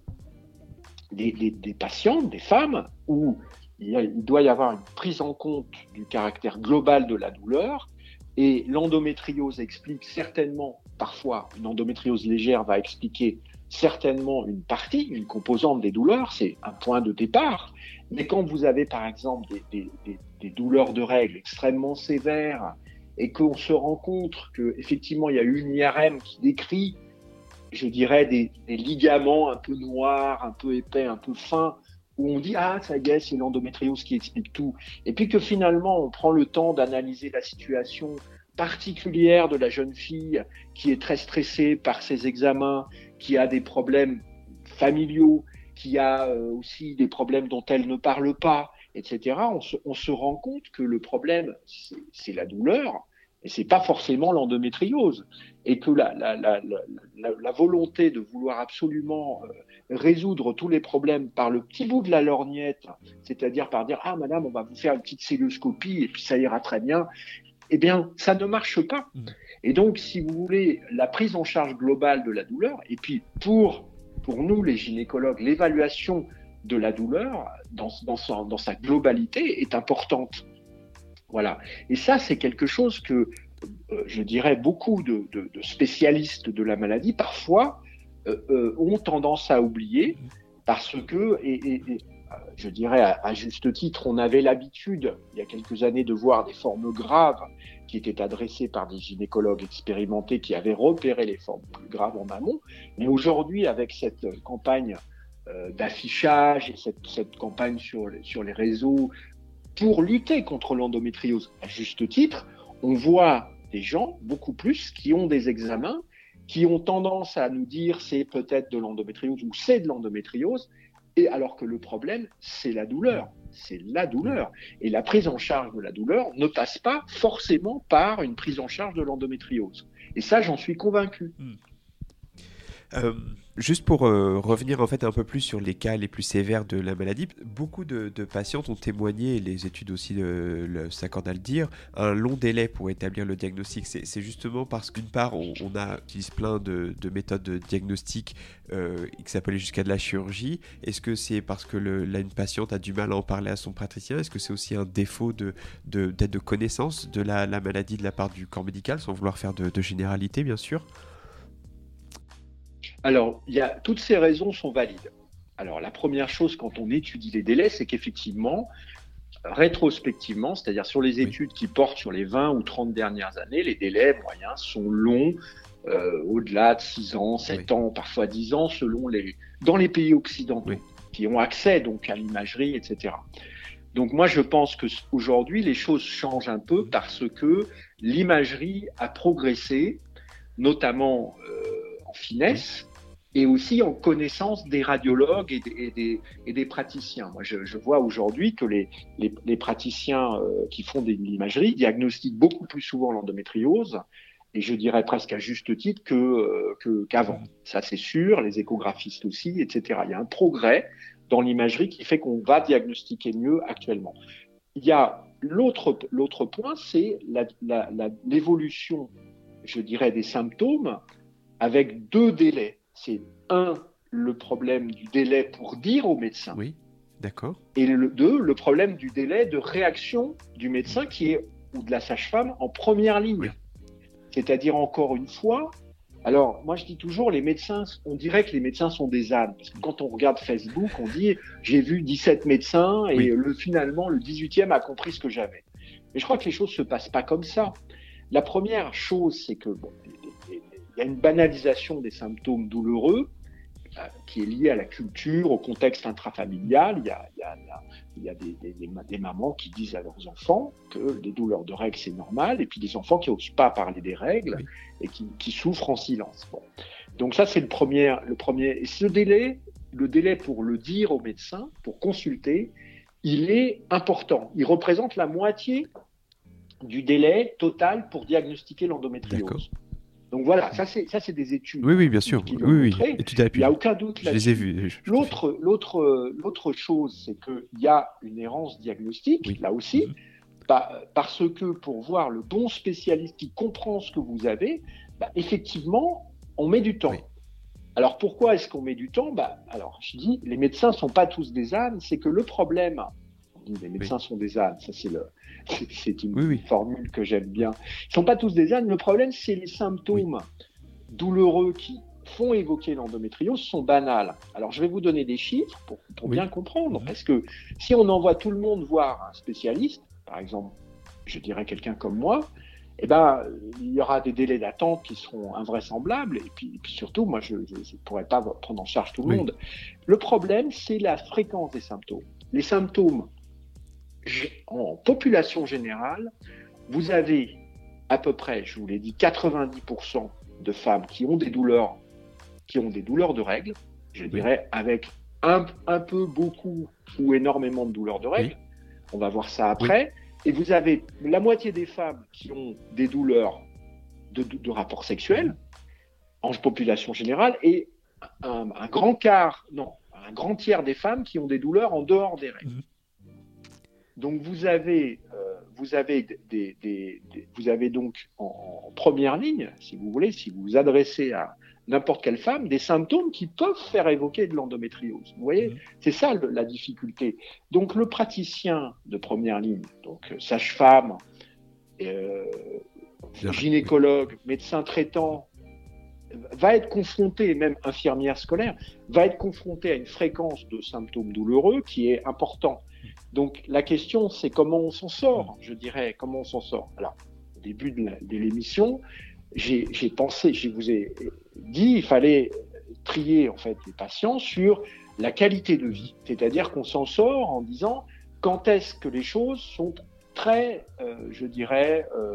des patientes, des femmes, où il doit y avoir une prise en compte du caractère global de la douleur. Et l'endométriose explique certainement, parfois, une endométriose légère va expliquer certainement une partie, une composante des douleurs, c'est un point de départ. Mais quand vous avez, par exemple, des douleurs de règles extrêmement sévères et qu'on se rend compte qu'effectivement, il y a une IRM qui décrit, je dirais, des ligaments un peu noirs, un peu épais, un peu fins, où on dit « Ah, ça y est, c'est l'endométriose qui explique tout ». Et puis que finalement, on prend le temps d'analyser la situation particulière de la jeune fille qui est très stressée par ses examens, qui a des problèmes familiaux, qui a aussi des problèmes dont elle ne parle pas, etc. On se rend compte que le problème, c'est la douleur, et c'est pas forcément l'endométriose. Et que la volonté de vouloir absolument résoudre tous les problèmes par le petit bout de la lorgnette, c'est-à-dire par dire « Ah, madame, on va vous faire une petite celluloscopie et puis ça ira très bien », eh bien, ça ne marche pas. Et donc, si vous voulez, la prise en charge globale de la douleur, et puis pour nous, les gynécologues, l'évaluation de la douleur dans sa globalité est importante. Voilà. Et ça, c'est quelque chose que, je dirais, beaucoup de spécialistes de la maladie, parfois, ont tendance à oublier, parce que, je dirais à juste titre, on avait l'habitude, il y a quelques années, de voir des formes graves qui étaient adressées par des gynécologues expérimentés qui avaient repéré les formes plus graves en amont. Mais aujourd'hui, avec cette campagne d'affichage et cette campagne sur les réseaux pour lutter contre l'endométriose, à juste titre, on voit des gens, beaucoup plus, qui ont des examens, qui ont tendance à nous dire c'est peut-être de l'endométriose ou c'est de l'endométriose, et alors que le problème, c'est la douleur. C'est la douleur. Et la prise en charge de la douleur ne passe pas forcément par une prise en charge de l'endométriose. Et ça, j'en suis convaincu. Juste pour revenir en fait un peu plus sur les cas les plus sévères de la maladie, beaucoup de patientes ont témoigné, et les études aussi s'accordent à le dire, un long délai pour établir le diagnostic. C'est justement parce qu'une part, on utilise plein de méthodes de diagnostic qui s'appellent jusqu'à de la chirurgie. Est-ce que c'est parce que là, une patiente a du mal à en parler à son praticien? Est-ce que c'est aussi un défaut peut-être de connaissance de la maladie de la part du corps médical, sans vouloir faire de généralité, bien sûr? Alors, toutes ces raisons sont valides. Alors, la première chose, quand on étudie les délais, c'est qu'effectivement, rétrospectivement, c'est-à-dire sur les études qui portent sur les 20 ou 30 dernières années, les délais moyens sont longs, au-delà de 6 ans, 7 ans, parfois 10 ans, dans les pays occidentaux, qui ont accès donc à l'imagerie, etc. Donc moi, je pense qu'aujourd'hui, les choses changent un peu parce que l'imagerie a progressé, notamment en finesse, et aussi en connaissance des radiologues et des praticiens. Moi, je vois aujourd'hui que les praticiens qui font de l'imagerie diagnostiquent beaucoup plus souvent l'endométriose, et je dirais presque à juste titre qu'avant. Ça, c'est sûr, les échographistes aussi, etc. Il y a un progrès dans l'imagerie qui fait qu'on va diagnostiquer mieux actuellement. Il y a l'autre point, c'est l'évolution, je dirais, des symptômes avec 2 délais. C'est le problème du délai pour dire au médecin. Oui, d'accord. Et 2, le problème du délai de réaction du médecin ou de la sage-femme en première ligne. Oui. C'est-à-dire, encore une fois, alors moi je dis toujours, on dirait que les médecins sont des ânes. Parce que quand on regarde Facebook, on dit j'ai vu 17 médecins et finalement le 18e a compris ce que j'avais. Mais je crois que les choses ne se passent pas comme ça. La première chose, c'est que il y a une banalisation des symptômes douloureux qui est liée à la culture, au contexte intrafamilial. Il y a des mamans qui disent à leurs enfants que les douleurs de règles, c'est normal, et puis des enfants qui n'osent pas parler des règles et qui souffrent en silence. Bon. Donc ça, c'est le premier. Et ce délai, le délai pour le dire au médecin, pour consulter, il est important. Il représente la moitié du délai total pour diagnostiquer l'endométriose. D'accord. Donc voilà, ça c'est des études. Oui, bien sûr. Oui. Il n'y a aucun doute là-dessus. Je les ai vues. L'autre chose, c'est qu'il y a une errance diagnostique, là aussi, parce que pour voir le bon spécialiste qui comprend ce que vous avez, effectivement, on met du temps. Oui. Alors pourquoi est-ce qu'on met du temps ? Alors je dis, les médecins ne sont pas tous des ânes, c'est que le problème, on dit les médecins sont des ânes, ça c'est une formule que j'aime bien. Ils ne sont pas tous des ânes. Le problème, c'est les symptômes douloureux qui font évoquer l'endométriose sont banals. Alors, je vais vous donner des chiffres pour bien comprendre. Parce que si on envoie tout le monde voir un spécialiste, par exemple, je dirais quelqu'un comme moi, il y aura des délais d'attente qui seront invraisemblables. Et puis surtout, moi, je ne pourrais pas prendre en charge tout le monde. Le problème, c'est la fréquence des symptômes. Les symptômes, en population générale, vous avez à peu près, je vous l'ai dit, 90% de femmes qui ont des douleurs de règles, je dirais avec un peu, beaucoup ou énormément de douleurs de règles. On va voir ça après. Et vous avez la moitié des femmes qui ont des douleurs de rapport sexuel en population générale et un grand tiers des femmes qui ont des douleurs en dehors des règles. Donc vous avez donc en première ligne, si vous voulez, si vous vous adressez à n'importe quelle femme, des symptômes qui peuvent faire évoquer de l'endométriose. Vous voyez, c'est ça la difficulté. Donc le praticien de première ligne, donc sage-femme, gynécologue, médecin traitant, va être confronté, même infirmière scolaire, va être confronté à une fréquence de symptômes douloureux qui est importante. Donc la question, c'est comment on s'en sort, je dirais, comment on s'en sort. Alors, au début de l'émission, je vous ai dit, il fallait trier en fait les patients sur la qualité de vie, c'est-à-dire qu'on s'en sort en disant quand est-ce que les choses sont très, je dirais,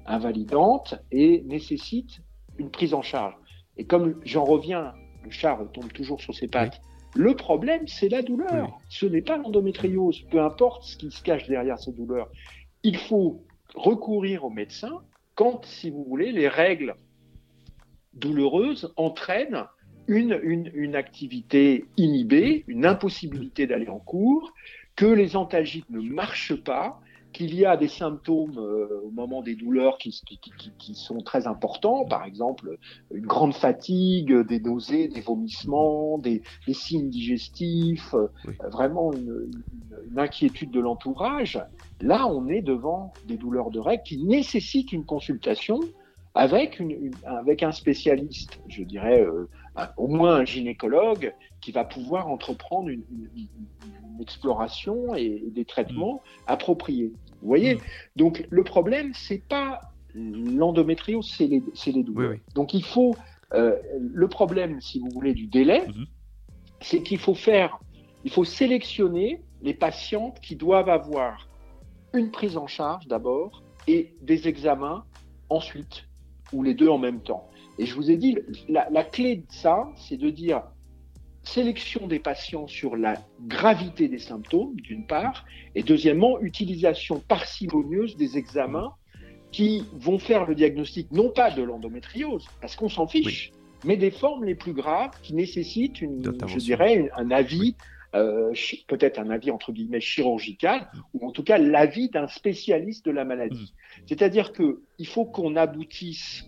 invalidantes et nécessitent une prise en charge. Et comme j'en reviens, le chat retombe toujours sur ses pattes, le problème, c'est la douleur. Ce n'est pas l'endométriose, peu importe ce qui se cache derrière ces douleurs. Il faut recourir au médecin quand, si vous voulez, les règles douloureuses entraînent une activité inhibée, une impossibilité d'aller en cours, que les antalgiques ne marchent pas, qu'il y a des symptômes au moment des douleurs qui sont très importants, par exemple une grande fatigue, des nausées, des vomissements, des signes digestifs, vraiment une inquiétude de l'entourage. Là, on est devant des douleurs de règles qui nécessitent une consultation avec un spécialiste, je dirais au moins un gynécologue qui va pouvoir entreprendre une exploration et des traitements appropriés. Vous voyez ? Donc le problème, c'est pas l'endométriose, c'est les douleurs. Donc il faut le problème, si vous voulez, du délai, c'est qu'il faut sélectionner les patientes qui doivent avoir une prise en charge d'abord et des examens ensuite, ou les deux en même temps. Et je vous ai dit, la clé de ça, c'est de dire sélection des patients sur la gravité des symptômes, d'une part, et deuxièmement, utilisation parcimonieuse des examens qui vont faire le diagnostic, non pas de l'endométriose, parce qu'on s'en fiche, mais des formes les plus graves qui nécessitent, je dirais, un avis, peut-être un avis entre guillemets chirurgical, ou en tout cas l'avis d'un spécialiste de la maladie. C'est-à-dire qu'il faut qu'on aboutisse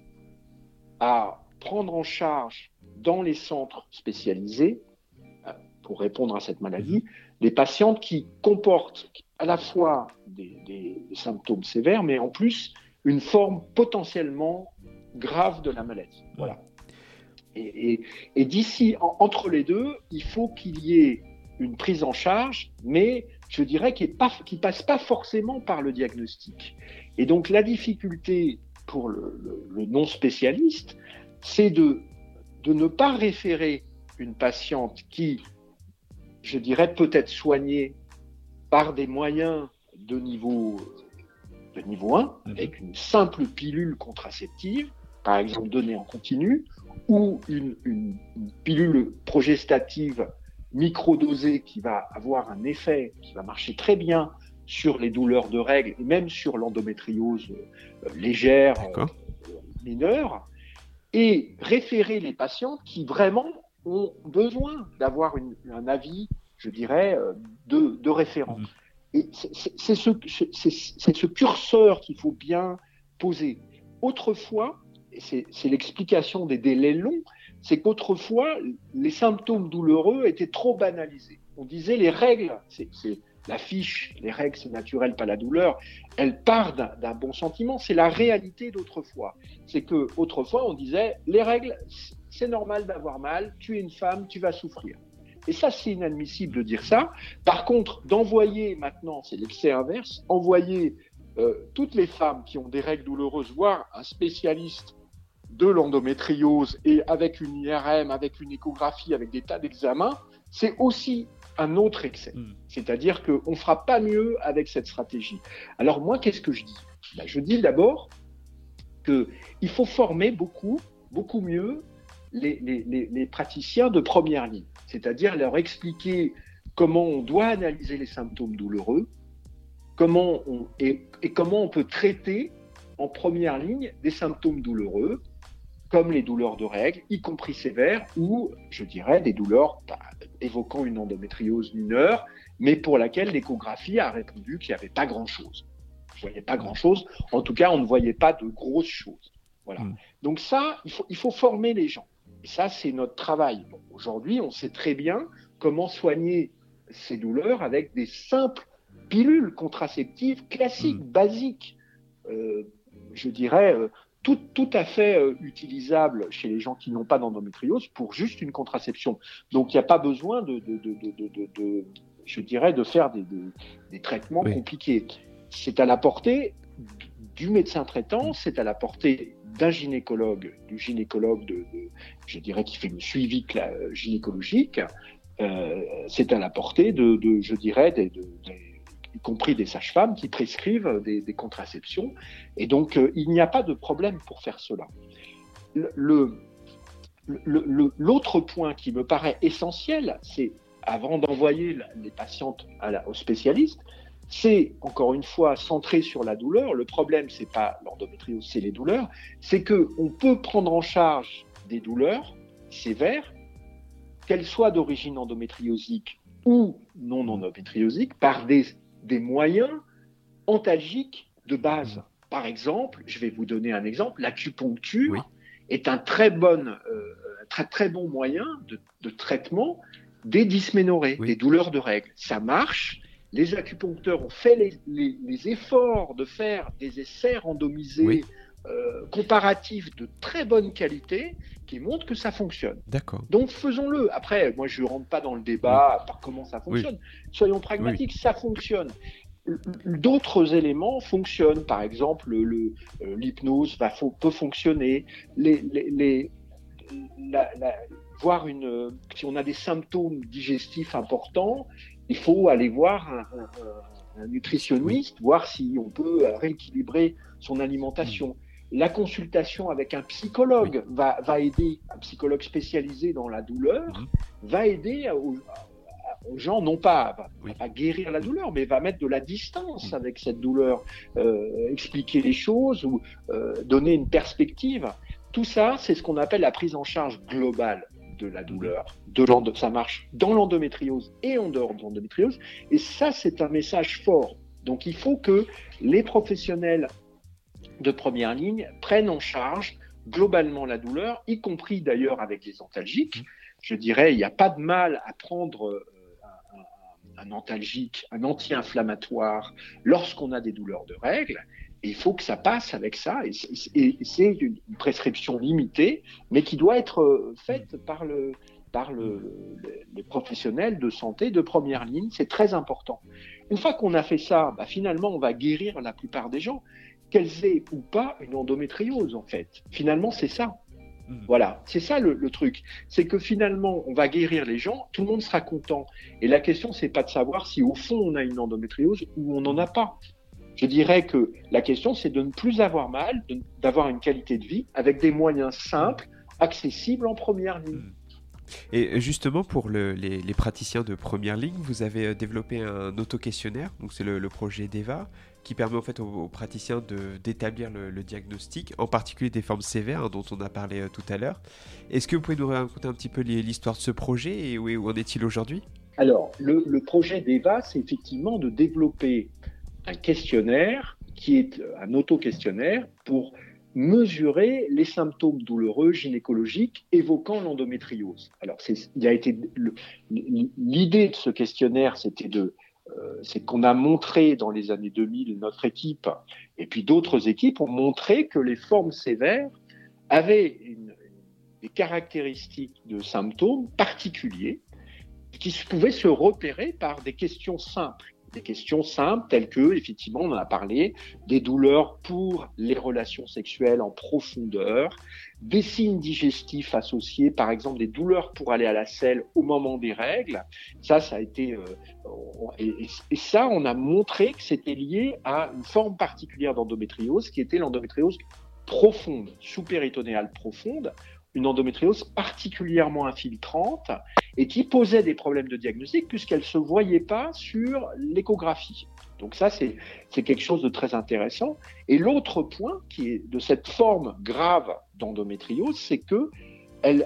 à prendre en charge dans les centres spécialisés, pour répondre à cette maladie, les patientes qui comportent à la fois des symptômes sévères, mais en plus une forme potentiellement grave de la maladie. Voilà. Et d'ici, entre les deux, il faut qu'il y ait une prise en charge, mais je dirais qui passe pas forcément par le diagnostic. Et donc la difficulté pour le non-spécialiste, c'est de ne pas référer une patiente qui, je dirais, peut être soignée par des moyens de niveau 1, avec une simple pilule contraceptive, par exemple donnée en continu, ou une pilule progestative microdosée qui va avoir un effet qui va marcher très bien sur les douleurs de règles et même sur l'endométriose légère, mineure, et référer les patientes qui vraiment ont besoin d'avoir un avis, je dirais, de référent. Et c'est ce curseur qu'il faut bien poser. Autrefois, et c'est l'explication des délais longs, c'est qu'autrefois, les symptômes douloureux étaient trop banalisés. On disait les règles, c'est la fiche, les règles c'est naturel, pas la douleur, elle part d'un bon sentiment, c'est la réalité d'autrefois. C'est qu'autrefois on disait les règles, c'est normal d'avoir mal, tu es une femme, tu vas souffrir. Et ça, c'est inadmissible de dire ça. Par contre, d'envoyer maintenant, c'est l'excès inverse, envoyer toutes les femmes qui ont des règles douloureuses voir un spécialiste de l'endométriose et avec une IRM, avec une échographie, avec des tas d'examens, c'est aussi un autre excès. C'est-à-dire qu'on ne fera pas mieux avec cette stratégie. Alors moi, qu'est-ce que je dis ? Je dis d'abord qu'il faut former beaucoup mieux les praticiens de première ligne. C'est-à-dire leur expliquer comment on doit analyser les symptômes douloureux, comment on peut traiter en première ligne des symptômes douloureux, comme les douleurs de règles, y compris sévères, ou, je dirais, des douleurs évoquant une endométriose mineure, mais pour laquelle l'échographie a répondu qu'il n'y avait pas grand-chose. On ne voyait pas grand-chose. En tout cas, on ne voyait pas de grosses choses. Voilà. Donc ça, il faut former les gens. Et ça, c'est notre travail. Bon, aujourd'hui, on sait très bien comment soigner ces douleurs avec des simples pilules contraceptives classiques, basiques, je dirais, tout à fait utilisables chez les gens qui n'ont pas d'endométriose pour juste une contraception. Donc, il n'y a pas besoin je dirais, de faire des traitements compliqués. C'est à la portée du médecin traitant, c'est à la portée d'un gynécologue, je dirais, qui fait le suivi gynécologique, c'est à la portée je dirais, y compris des sages-femmes qui prescrivent des contraceptions. Et donc, il n'y a pas de problème pour faire cela. L'autre point qui me paraît essentiel, c'est, avant d'envoyer les patientes au spécialiste, c'est, encore une fois, centré sur la douleur. Le problème, c'est pas l'endométriose, c'est les douleurs. C'est qu'on peut prendre en charge des douleurs sévères, qu'elles soient d'origine endométriosique ou non endométriosique, par des moyens antalgiques de base. Par exemple, je vais vous donner un exemple, l'acupuncture est un très bon moyen de traitement des dysménorrhées, des douleurs de règles. Ça marche. Les acupuncteurs ont fait les efforts de faire des essais randomisés comparatifs de très bonne qualité qui montrent que ça fonctionne. D'accord. Donc faisons-le. Après, moi je ne rentre pas dans le débat par comment ça fonctionne. Soyons pragmatiques, ça fonctionne. D'autres éléments fonctionnent. Par exemple, l'hypnose peut fonctionner. Si on a des symptômes digestifs importants, il faut aller voir un nutritionniste, voir si on peut rééquilibrer son alimentation. La consultation avec un psychologue va aider, un psychologue spécialisé dans la douleur, va aider aux gens, non pas à guérir la douleur, mais va mettre de la distance avec cette douleur, expliquer les choses ou donner une perspective. Tout ça, c'est ce qu'on appelle la prise en charge globale de la douleur. Ça marche dans l'endométriose et en dehors de l'endométriose. Et ça, c'est un message fort. Donc, il faut que les professionnels de première ligne prennent en charge globalement la douleur, y compris d'ailleurs avec les antalgiques. Je dirais, il n'y a pas de mal à prendre un antalgique, un anti-inflammatoire lorsqu'on a des douleurs de règles. Et il faut que ça passe avec ça. Et c'est une prescription limitée, mais qui doit être faite par les professionnels de santé de première ligne. C'est très important. Une fois qu'on a fait ça, finalement, on va guérir la plupart des gens, qu'elles aient ou pas une endométriose, en fait. Finalement, c'est ça. Voilà, c'est ça le truc. C'est que finalement, on va guérir les gens, tout le monde sera content. Et la question, c'est pas de savoir si au fond, on a une endométriose ou on n'en a pas. Je dirais que la question, c'est de ne plus avoir mal, d'avoir une qualité de vie avec des moyens simples, accessibles en première ligne. Et justement, pour les praticiens de première ligne, vous avez développé un auto-questionnaire, donc c'est le projet DEVA, qui permet en fait aux praticiens d'établir le diagnostic, en particulier des formes sévères dont on a parlé tout à l'heure. Est-ce que vous pouvez nous raconter un petit peu l'histoire de ce projet et où en est-il aujourd'hui ? Alors, le projet DEVA, c'est effectivement de développer un questionnaire qui est un auto-questionnaire pour mesurer les symptômes douloureux gynécologiques évoquant l'endométriose. Alors, l'idée de ce questionnaire, c'est qu'on a montré dans les années 2000, notre équipe et puis d'autres équipes ont montré que les formes sévères avaient des caractéristiques de symptômes particuliers qui pouvaient se repérer par des questions simples. Des questions simples telles que, effectivement, on en a parlé, des douleurs pour les relations sexuelles en profondeur, des signes digestifs associés, par exemple des douleurs pour aller à la selle au moment des règles. Ça a été... et ça, on a montré que c'était lié à une forme particulière d'endométriose qui était l'endométriose profonde, sous-péritonéale profonde, une endométriose particulièrement infiltrante et qui posait des problèmes de diagnostic puisqu'elle ne se voyait pas sur l'échographie. Donc ça, c'est quelque chose de très intéressant. Et l'autre point qui est de cette forme grave d'endométriose, c'est que elle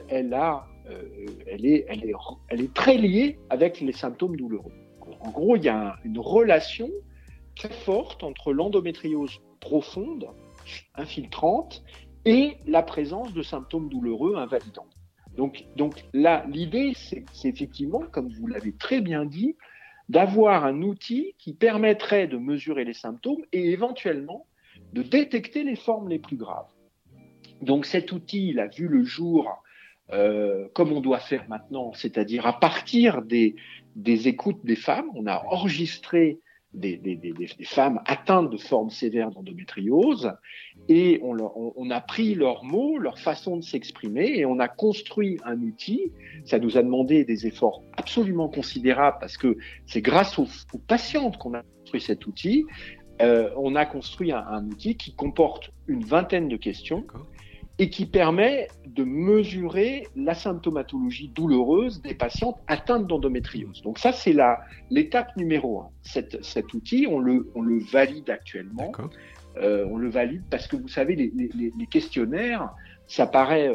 est très liée avec les symptômes douloureux. En gros, il y a une relation très forte entre l'endométriose profonde, infiltrante, et la présence de symptômes douloureux invalidants. Donc là, l'idée, c'est effectivement, comme vous l'avez très bien dit, d'avoir un outil qui permettrait de mesurer les symptômes et éventuellement de détecter les formes les plus graves. Donc cet outil, il a vu le jour comme on doit faire maintenant, c'est-à-dire à partir des écoutes des femmes. On a enregistré des femmes atteintes de formes sévères d'endométriose et on a pris leurs mots, leur façon de s'exprimer et on a construit un outil. Ça nous a demandé des efforts absolument considérables parce que c'est grâce aux patientes qu'on a construit construit cet outil, on a construit un outil qui comporte une vingtaine de questions. D'accord. Et qui permet de mesurer la symptomatologie douloureuse des patientes atteintes d'endométriose. Donc ça, c'est l'étape numéro 1. Cet outil, on le valide actuellement. On le valide parce que vous savez, les questionnaires, ça paraît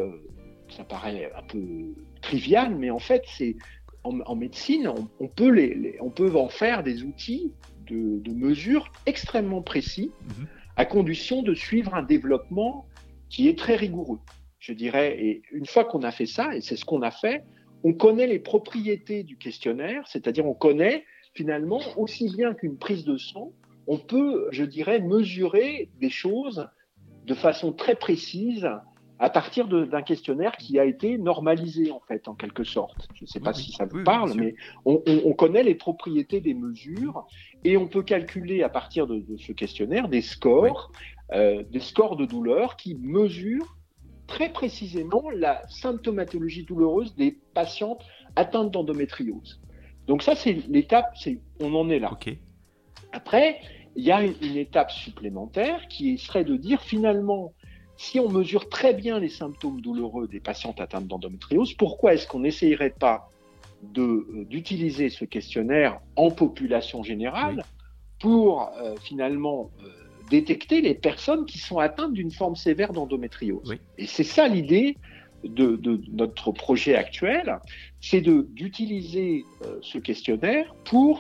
un peu trivial, mais en fait, en médecine, on peut en faire des outils de mesure extrêmement précis, à condition de suivre un développement qui est très rigoureux, je dirais. Et une fois qu'on a fait ça, et c'est ce qu'on a fait, on connaît les propriétés du questionnaire, c'est-à-dire on connaît finalement aussi bien qu'une prise de sang, on peut, je dirais, mesurer des choses de façon très précise à partir d'un questionnaire qui a été normalisé, en fait, en quelque sorte. Je ne sais pas si ça vous parle, mais on connaît les propriétés des mesures et on peut calculer à partir de ce questionnaire des scores, de douleur qui mesurent très précisément la symptomatologie douloureuse des patientes atteintes d'endométriose. Donc ça, c'est l'étape, on en est là. Après, il y a une étape supplémentaire qui serait de dire finalement, si on mesure très bien les symptômes douloureux des patientes atteintes d'endométriose, pourquoi est-ce qu'on n'essayerait pas d'utiliser ce questionnaire en population générale pour finalement détecter les personnes qui sont atteintes d'une forme sévère d'endométriose. Et c'est ça l'idée de notre projet actuel, c'est d'utiliser ce questionnaire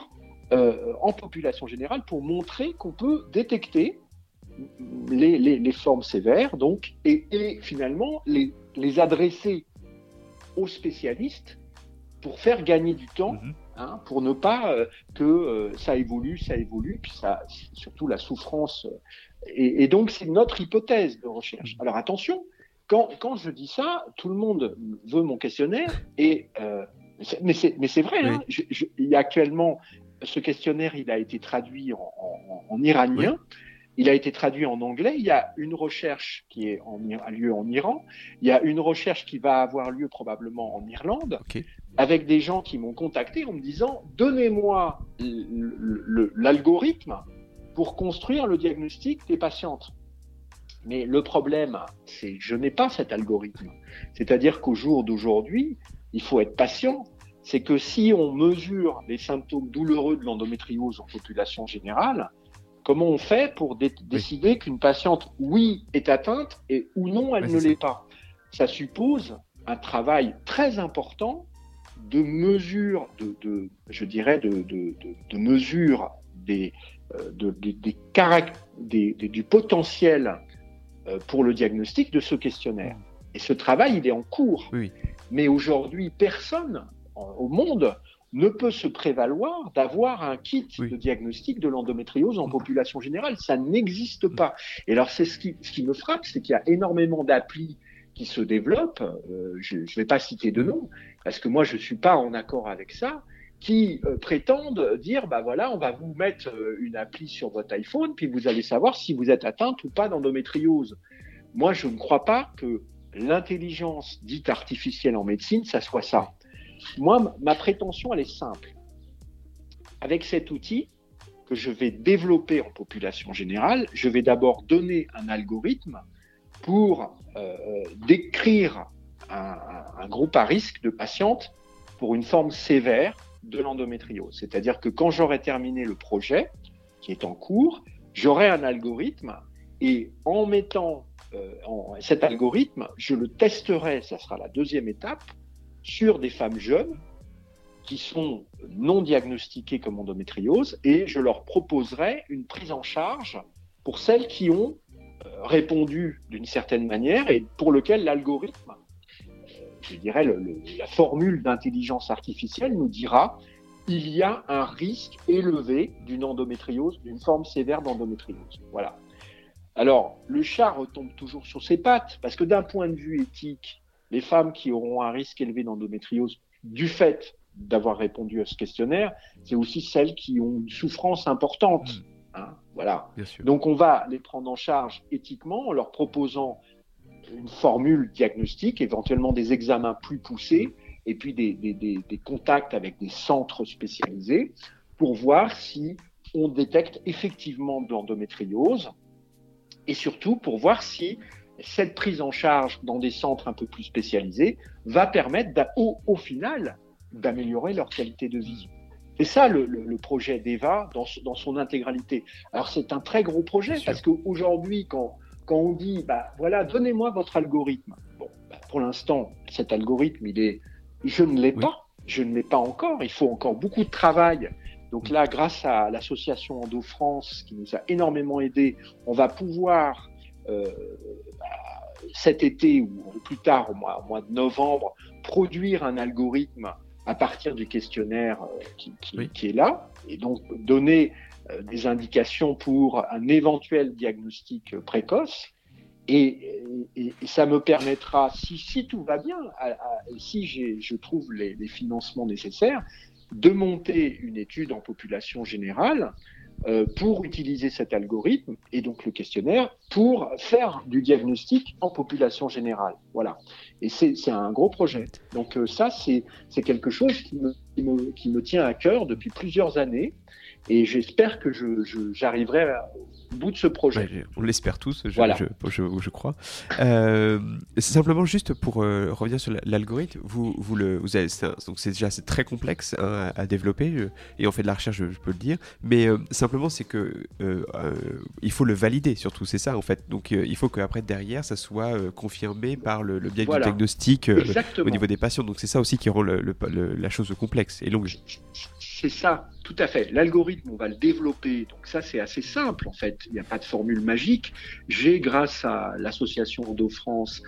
en population générale pour montrer qu'on peut détecter les formes sévères, donc, et finalement les adresser aux spécialistes pour faire gagner du temps, pour ne pas que ça évolue, puis surtout la souffrance. Et donc, c'est notre hypothèse de recherche. Alors attention, quand je dis ça, tout le monde veut mon questionnaire, mais c'est vrai, il y a actuellement, ce questionnaire, il a été traduit en iranien, il a été traduit en anglais, il y a une recherche qui a lieu en Iran, il y a une recherche qui va avoir lieu probablement en Irlande, avec des gens qui m'ont contacté en me disant « Donnez-moi l'algorithme pour construire le diagnostic des patientes ». Mais le problème, c'est que je n'ai pas cet algorithme. C'est-à-dire qu'au jour d'aujourd'hui, il faut être patient. C'est que si on mesure les symptômes douloureux de l'endométriose en population générale, comment on fait pour décider qu'une patiente, oui, est atteinte et ou non, elle ne l'est pas? Ça suppose un travail très important de mesure, je dirais, de mesure du potentiel pour le diagnostic de ce questionnaire. Et ce travail, il est en cours. Mais aujourd'hui, personne au monde ne peut se prévaloir d'avoir un kit de diagnostic de l'endométriose en population générale. Ça n'existe pas. Et alors, c'est ce qui me frappe, c'est qu'il y a énormément d'applis qui se développent, je ne vais pas citer de nom, parce que moi, je ne suis pas en accord avec ça, qui prétendent dire, bah voilà, on va vous mettre une appli sur votre iPhone, puis vous allez savoir si vous êtes atteinte ou pas d'endométriose. Moi, je ne crois pas que l'intelligence dite artificielle en médecine, ça soit ça. Moi, ma prétention, elle est simple. Avec cet outil que je vais développer en population générale, je vais d'abord donner un algorithme pour décrire un groupe à risque de patientes pour une forme sévère de l'endométriose. C'est-à-dire que quand j'aurai terminé le projet, qui est en cours, j'aurai un algorithme et en mettant cet algorithme, je le testerai, ça sera la deuxième étape, sur des femmes jeunes qui sont non diagnostiquées comme endométriose et je leur proposerai une prise en charge pour celles qui ont répondu d'une certaine manière et pour lequel l'algorithme, je dirais la formule d'intelligence artificielle nous dira il y a un risque élevé d'une endométriose, d'une forme sévère d'endométriose. Voilà. Alors, le chat retombe toujours sur ses pattes parce que d'un point de vue éthique, les femmes qui auront un risque élevé d'endométriose du fait d'avoir répondu à ce questionnaire, c'est aussi celles qui ont une souffrance importante. Voilà. Donc, on va les prendre en charge éthiquement en leur proposant une formule diagnostique, éventuellement des examens plus poussés, et puis des contacts avec des centres spécialisés pour voir si on détecte effectivement de l'endométriose, et surtout pour voir si cette prise en charge dans des centres un peu plus spécialisés va permettre au final d'améliorer leur qualité de vie. C'est ça le projet d'Eva dans son intégralité. Alors c'est un très gros projet parce qu'aujourd'hui, quand on dit voilà, donnez-moi votre algorithme. Bon, pour l'instant, cet algorithme, je ne l'ai pas. Je ne l'ai pas encore. Il faut encore beaucoup de travail. Donc là, grâce à l'association Endo France, qui nous a énormément aidés, on va pouvoir cet été ou plus tard, au mois de novembre, produire un algorithme à partir du questionnaire qui est là, et donc donner des indications pour un éventuel diagnostic précoce. Et ça me permettra, si tout va bien, si je trouve les financements nécessaires, de monter une étude en population générale pour utiliser cet algorithme et donc le questionnaire pour faire du diagnostic en population générale. Voilà. Et c'est un gros projet. Donc ça, c'est quelque chose qui me tient à cœur depuis plusieurs années et j'espère que j'arriverai au bout de ce projet. Ouais, on l'espère tous, voilà. je crois. Simplement juste pour revenir sur l'algorithme, donc c'est très complexe à développer et on fait de la recherche, je peux le dire, mais simplement c'est que il faut le valider surtout, c'est ça en fait. Donc il faut qu'après derrière ça soit confirmé par le biais du diagnostic au niveau des patients. Donc c'est ça aussi qui rend la chose complexe et longue. C'est ça, tout à fait. L'algorithme, on va le développer. Donc ça, c'est assez simple, en fait. Il n'y a pas de formule magique. J'ai, grâce à l'association Endo France,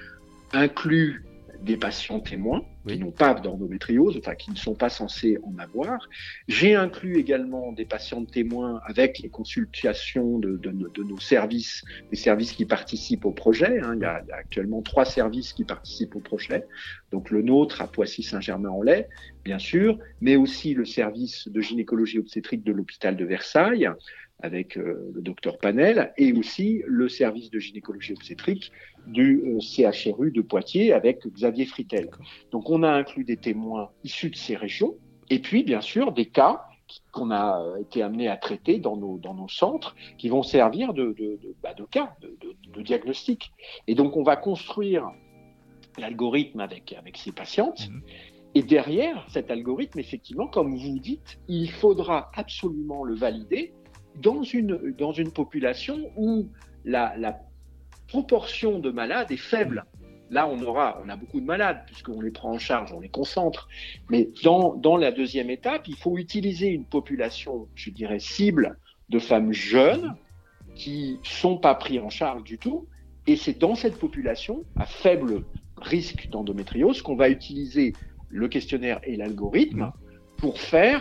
inclus des patients témoins qui n'ont pas d'endométriose, enfin qui ne sont pas censés en avoir. J'ai inclus également des patients témoins avec les consultations de nos services, des services qui participent au projet. Il y a actuellement 3 services qui participent au projet. Donc le nôtre à Poissy-Saint-Germain-en-Laye, bien sûr, mais aussi le service de gynécologie obstétrique de l'hôpital de Versailles, avec le docteur Panel, et aussi le service de gynécologie obstétrique du CHRU de Poitiers avec Xavier Fritel. Donc on a inclus des témoins issus de ces régions, et puis bien sûr des cas qu'on a été amenés à traiter dans nos centres, qui vont servir de cas, de diagnostic. Et donc on va construire l'algorithme avec ces patientes, et derrière cet algorithme, effectivement, comme vous dites, il faudra absolument le valider dans une population où la proportion de malades est faible. Là, on a beaucoup de malades puisqu'on les prend en charge, on les concentre. Mais dans la deuxième étape, il faut utiliser une population, je dirais, cible de femmes jeunes qui sont pas prises en charge du tout. Et c'est dans cette population, à faible risque d'endométriose, qu'on va utiliser le questionnaire et l'algorithme pour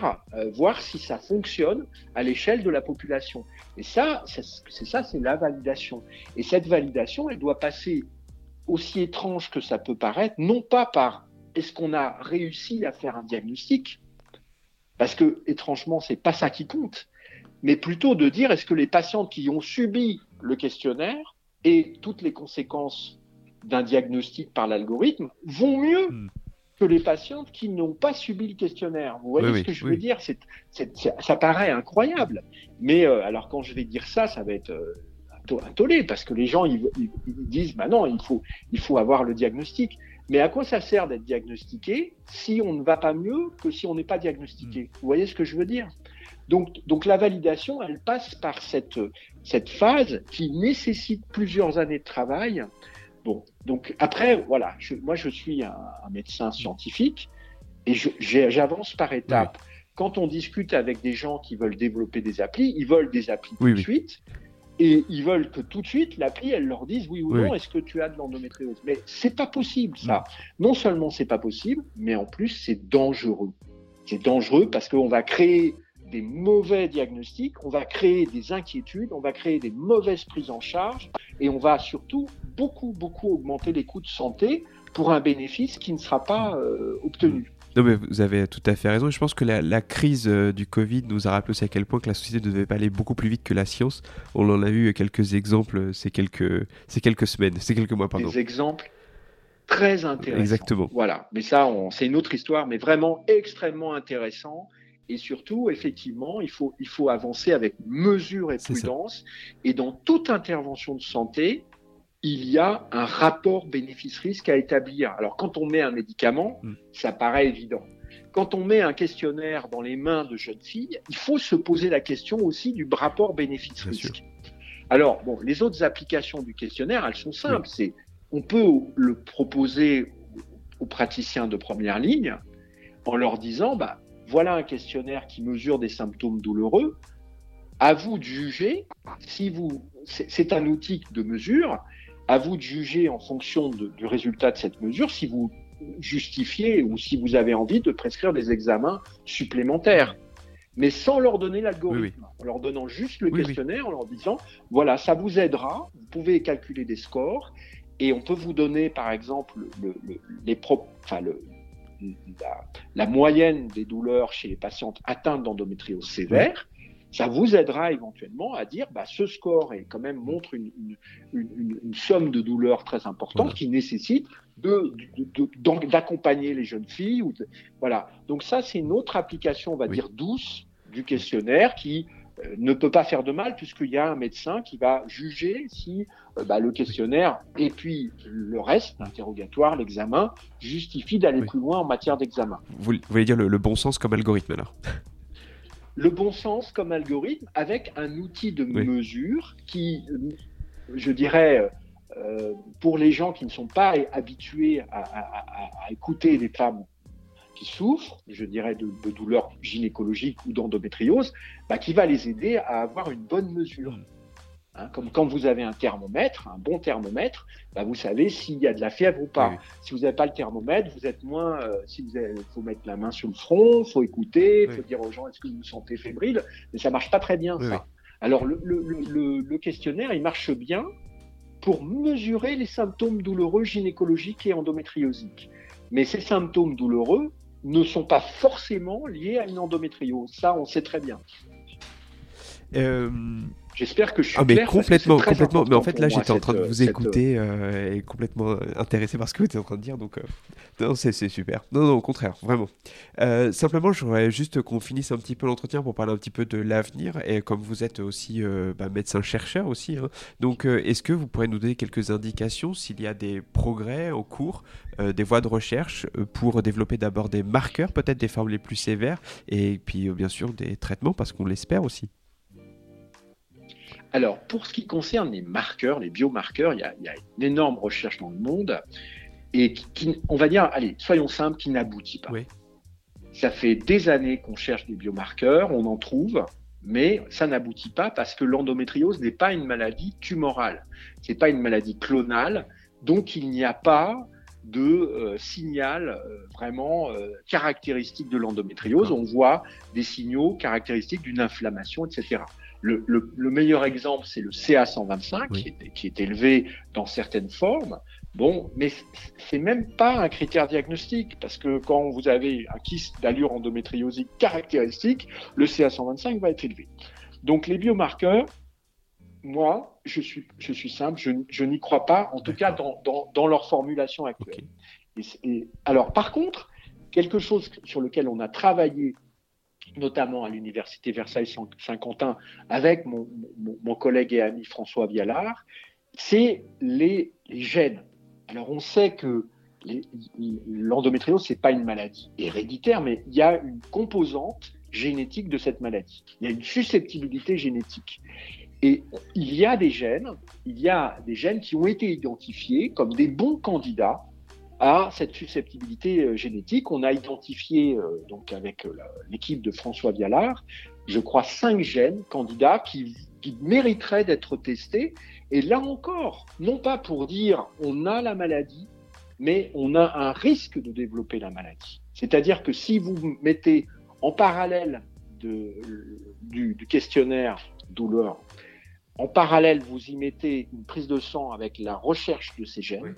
voir si ça fonctionne à l'échelle de la population. Et ça, c'est la validation. Et cette validation, elle doit passer, aussi étrange que ça peut paraître, non pas par est-ce qu'on a réussi à faire un diagnostic, parce que étrangement, c'est pas ça qui compte, mais plutôt de dire est-ce que les patientes qui ont subi le questionnaire et toutes les conséquences d'un diagnostic par l'algorithme vont mieux que les patientes qui n'ont pas subi le questionnaire. Vous voyez ce que je veux dire ? Ça paraît incroyable. Mais alors quand je vais dire ça, ça va être un tollé, parce que les gens ils disent non, il faut avoir le diagnostic. Mais à quoi ça sert d'être diagnostiqué si on ne va pas mieux que si on n'est pas diagnostiqué ? Vous voyez ce que je veux dire ? Donc la validation, elle passe par cette phase qui nécessite plusieurs années de travail. Bon, donc après, voilà, moi je suis un médecin scientifique et j'avance par étapes. Quand on discute avec des gens qui veulent développer des applis, ils veulent des applis tout de suite et ils veulent que tout de suite l'appli, elle leur dise oui ou non, est-ce que tu as de l'endométriose ? Mais c'est pas possible ça. Non seulement c'est pas possible, mais en plus c'est dangereux. C'est dangereux parce qu'on va créer des mauvais diagnostics, on va créer des inquiétudes, on va créer des mauvaises prises en charge et on va surtout beaucoup augmenter les coûts de santé pour un bénéfice qui ne sera pas obtenu. Non mais vous avez tout à fait raison. Je pense que la crise du Covid nous a rappelé aussi à quel point que la société ne devait pas aller beaucoup plus vite que la science. On en a vu quelques exemples ces quelques mois. Des exemples très intéressants. Exactement. Voilà, mais ça, c'est une autre histoire, mais vraiment extrêmement intéressant. Et surtout, effectivement, il faut avancer avec mesure et C'est ça. prudence. Et dans toute intervention de santé, il y a un rapport bénéfice-risque à établir. Alors, quand on met un médicament, ça paraît évident. Quand on met un questionnaire dans les mains de jeunes filles, il faut se poser la question aussi du rapport bénéfice-risque. Alors, bon, les autres applications du questionnaire, elles sont simples. On peut le proposer aux praticiens de première ligne en leur disant, voilà un questionnaire qui mesure des symptômes douloureux. À vous de juger si c'est un outil de mesure. À vous de juger en fonction du résultat de cette mesure si vous justifiez ou si vous avez envie de prescrire des examens supplémentaires, mais sans leur donner l'algorithme, en leur donnant juste le questionnaire, en leur disant, voilà, ça vous aidera, vous pouvez calculer des scores, et on peut vous donner, par exemple, la moyenne des douleurs chez les patientes atteintes d'endométriose sévère. Ça vous aidera éventuellement à dire ce score montre une somme de douleurs très importante qui nécessite d'accompagner les jeunes filles. Voilà. Donc ça, c'est une autre application, on va dire, douce du questionnaire qui ne peut pas faire de mal puisqu'il y a un médecin qui va juger si le questionnaire et puis le reste, l'interrogatoire, l'examen, justifie d'aller plus loin en matière d'examen. Vous voulez dire le bon sens comme algorithme alors? Le bon sens comme algorithme avec un outil de mesure qui, je dirais, pour les gens qui ne sont pas habitués à écouter les femmes qui souffrent, je dirais, de douleurs gynécologiques ou d'endométriose, qui va les aider à avoir une bonne mesure. Comme quand vous avez un thermomètre, un bon thermomètre, vous savez s'il y a de la fièvre ou pas. Si vous n'avez pas le thermomètre, vous êtes moins. Il faut mettre la main sur le front, il faut écouter, il faut dire aux gens est-ce que vous vous sentez fébrile, mais ça marche pas très bien ça. Alors le questionnaire, il marche bien pour mesurer les symptômes douloureux gynécologiques et endométriosiques. Mais ces symptômes douloureux ne sont pas forcément liés à une endométriose. Ça, on sait très bien. J'espère que je suis clair. Complètement. Mais en fait, là, j'étais en train de vous écouter et complètement intéressé par ce que vous étiez en train de dire. Donc, non, c'est super. Non, au contraire, vraiment. Simplement, je voudrais juste qu'on finisse un petit peu l'entretien pour parler un petit peu de l'avenir. Et comme vous êtes aussi médecin-chercheur aussi, donc est-ce que vous pourrez nous donner quelques indications s'il y a des progrès en cours, des voies de recherche pour développer d'abord des marqueurs, peut-être des formes les plus sévères, et puis bien sûr des traitements, parce qu'on l'espère aussi. Alors, pour ce qui concerne les marqueurs, les biomarqueurs, il y a une énorme recherche dans le monde et qui, on va dire, allez, soyons simples, qui n'aboutit pas. Ça fait des années qu'on cherche des biomarqueurs, on en trouve, mais ça n'aboutit pas parce que l'endométriose n'est pas une maladie tumorale, c'est pas une maladie clonale, donc il n'y a pas de signal vraiment caractéristique de l'endométriose. On voit des signaux caractéristiques d'une inflammation, etc. Le meilleur exemple, c'est le CA125 qui est élevé dans certaines formes. Bon, mais c'est même pas un critère diagnostique parce que quand vous avez un kyste d'allure endométriosique caractéristique, le CA125 va être élevé. Donc les biomarqueurs, moi, je suis simple, je n'y crois pas, en tout cas dans leur formulation actuelle. Alors, par contre, quelque chose sur lequel on a travaillé, notamment à l'université Versailles-Saint-Quentin, avec mon collègue et ami François Vialard, c'est les gènes. Alors, on sait que l'endométriose, c'est pas une maladie héréditaire, mais il y a une composante génétique de cette maladie. Il y a une susceptibilité génétique. Et il y a des gènes qui ont été identifiés comme des bons candidats à cette susceptibilité génétique. On a identifié, donc avec l'équipe de François Vialard, je crois 5 gènes candidats qui mériteraient d'être testés. Et là encore, non pas pour dire on a la maladie, mais on a un risque de développer la maladie. C'est-à-dire que si vous mettez en parallèle du questionnaire douleur, en parallèle, vous y mettez une prise de sang avec la recherche de ces gènes.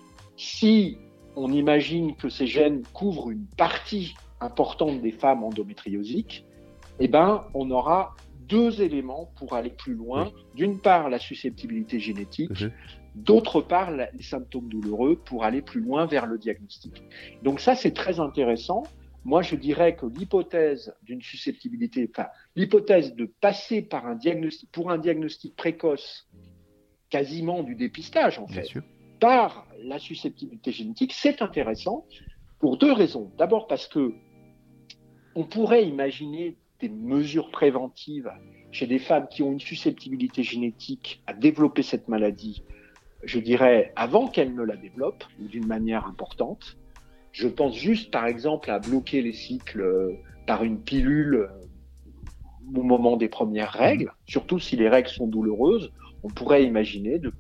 Si on imagine que ces gènes couvrent une partie importante des femmes endométriosiques, eh ben, on aura 2 éléments pour aller plus loin. D'une part, la susceptibilité génétique, d'autre part, les symptômes douloureux pour aller plus loin vers le diagnostic. Donc ça, c'est très intéressant. moi, je dirais que l'hypothèse d'une susceptibilité, enfin, l'hypothèse de passer par pour un diagnostic précoce, quasiment du dépistage, en fait, par la susceptibilité génétique, c'est intéressant pour deux raisons. D'abord parce que on pourrait imaginer des mesures préventives chez des femmes qui ont une susceptibilité génétique à développer cette maladie, je dirais, avant qu'elles ne la développent, ou d'une manière importante. Je pense juste, par exemple, à bloquer les cycles par une pilule au moment des premières règles, surtout si les règles sont douloureuses. On pourrait imaginer de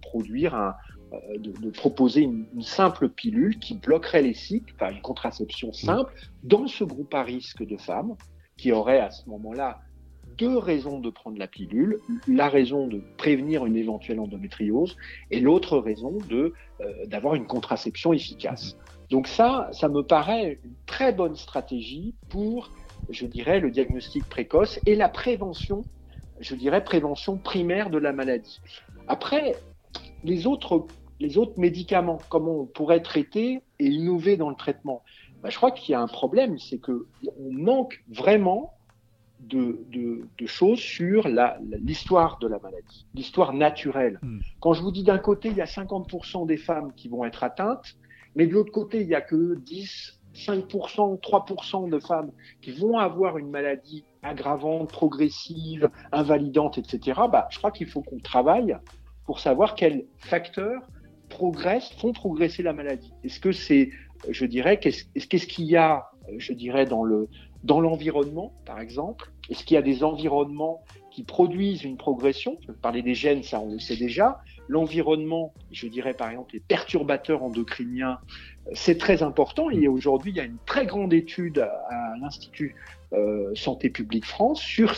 proposer une simple pilule qui bloquerait les cycles, enfin une contraception simple, dans ce groupe à risque de femmes qui auraient à ce moment-là deux raisons de prendre la pilule, la raison de prévenir une éventuelle endométriose et l'autre raison d'avoir une contraception efficace. Donc ça me paraît une très bonne stratégie pour, je dirais, le diagnostic précoce et la prévention, je dirais, prévention primaire de la maladie. Après, les autres médicaments, comment on pourrait traiter et innover dans le traitement, je crois qu'il y a un problème, c'est qu'on manque vraiment de choses sur l'histoire de la maladie, l'histoire naturelle. Quand je vous dis d'un côté, il y a 50% des femmes qui vont être atteintes, mais de l'autre côté, il n'y a que 10, 5%, 3% de femmes qui vont avoir une maladie aggravante, progressive, invalidante, etc. Je crois qu'il faut qu'on travaille pour savoir quels facteurs font progresser la maladie. Est-ce que c'est, je dirais, qu'est-ce qu'il y a, je dirais, dans l'environnement, par exemple? Est-ce qu'il y a des environnements qui produisent une progression? Je vais parler des gènes, ça on le sait déjà. L'environnement, je dirais par exemple les perturbateurs endocriniens, c'est très important. Et aujourd'hui, il y a une très grande étude à l'Institut Santé publique France sur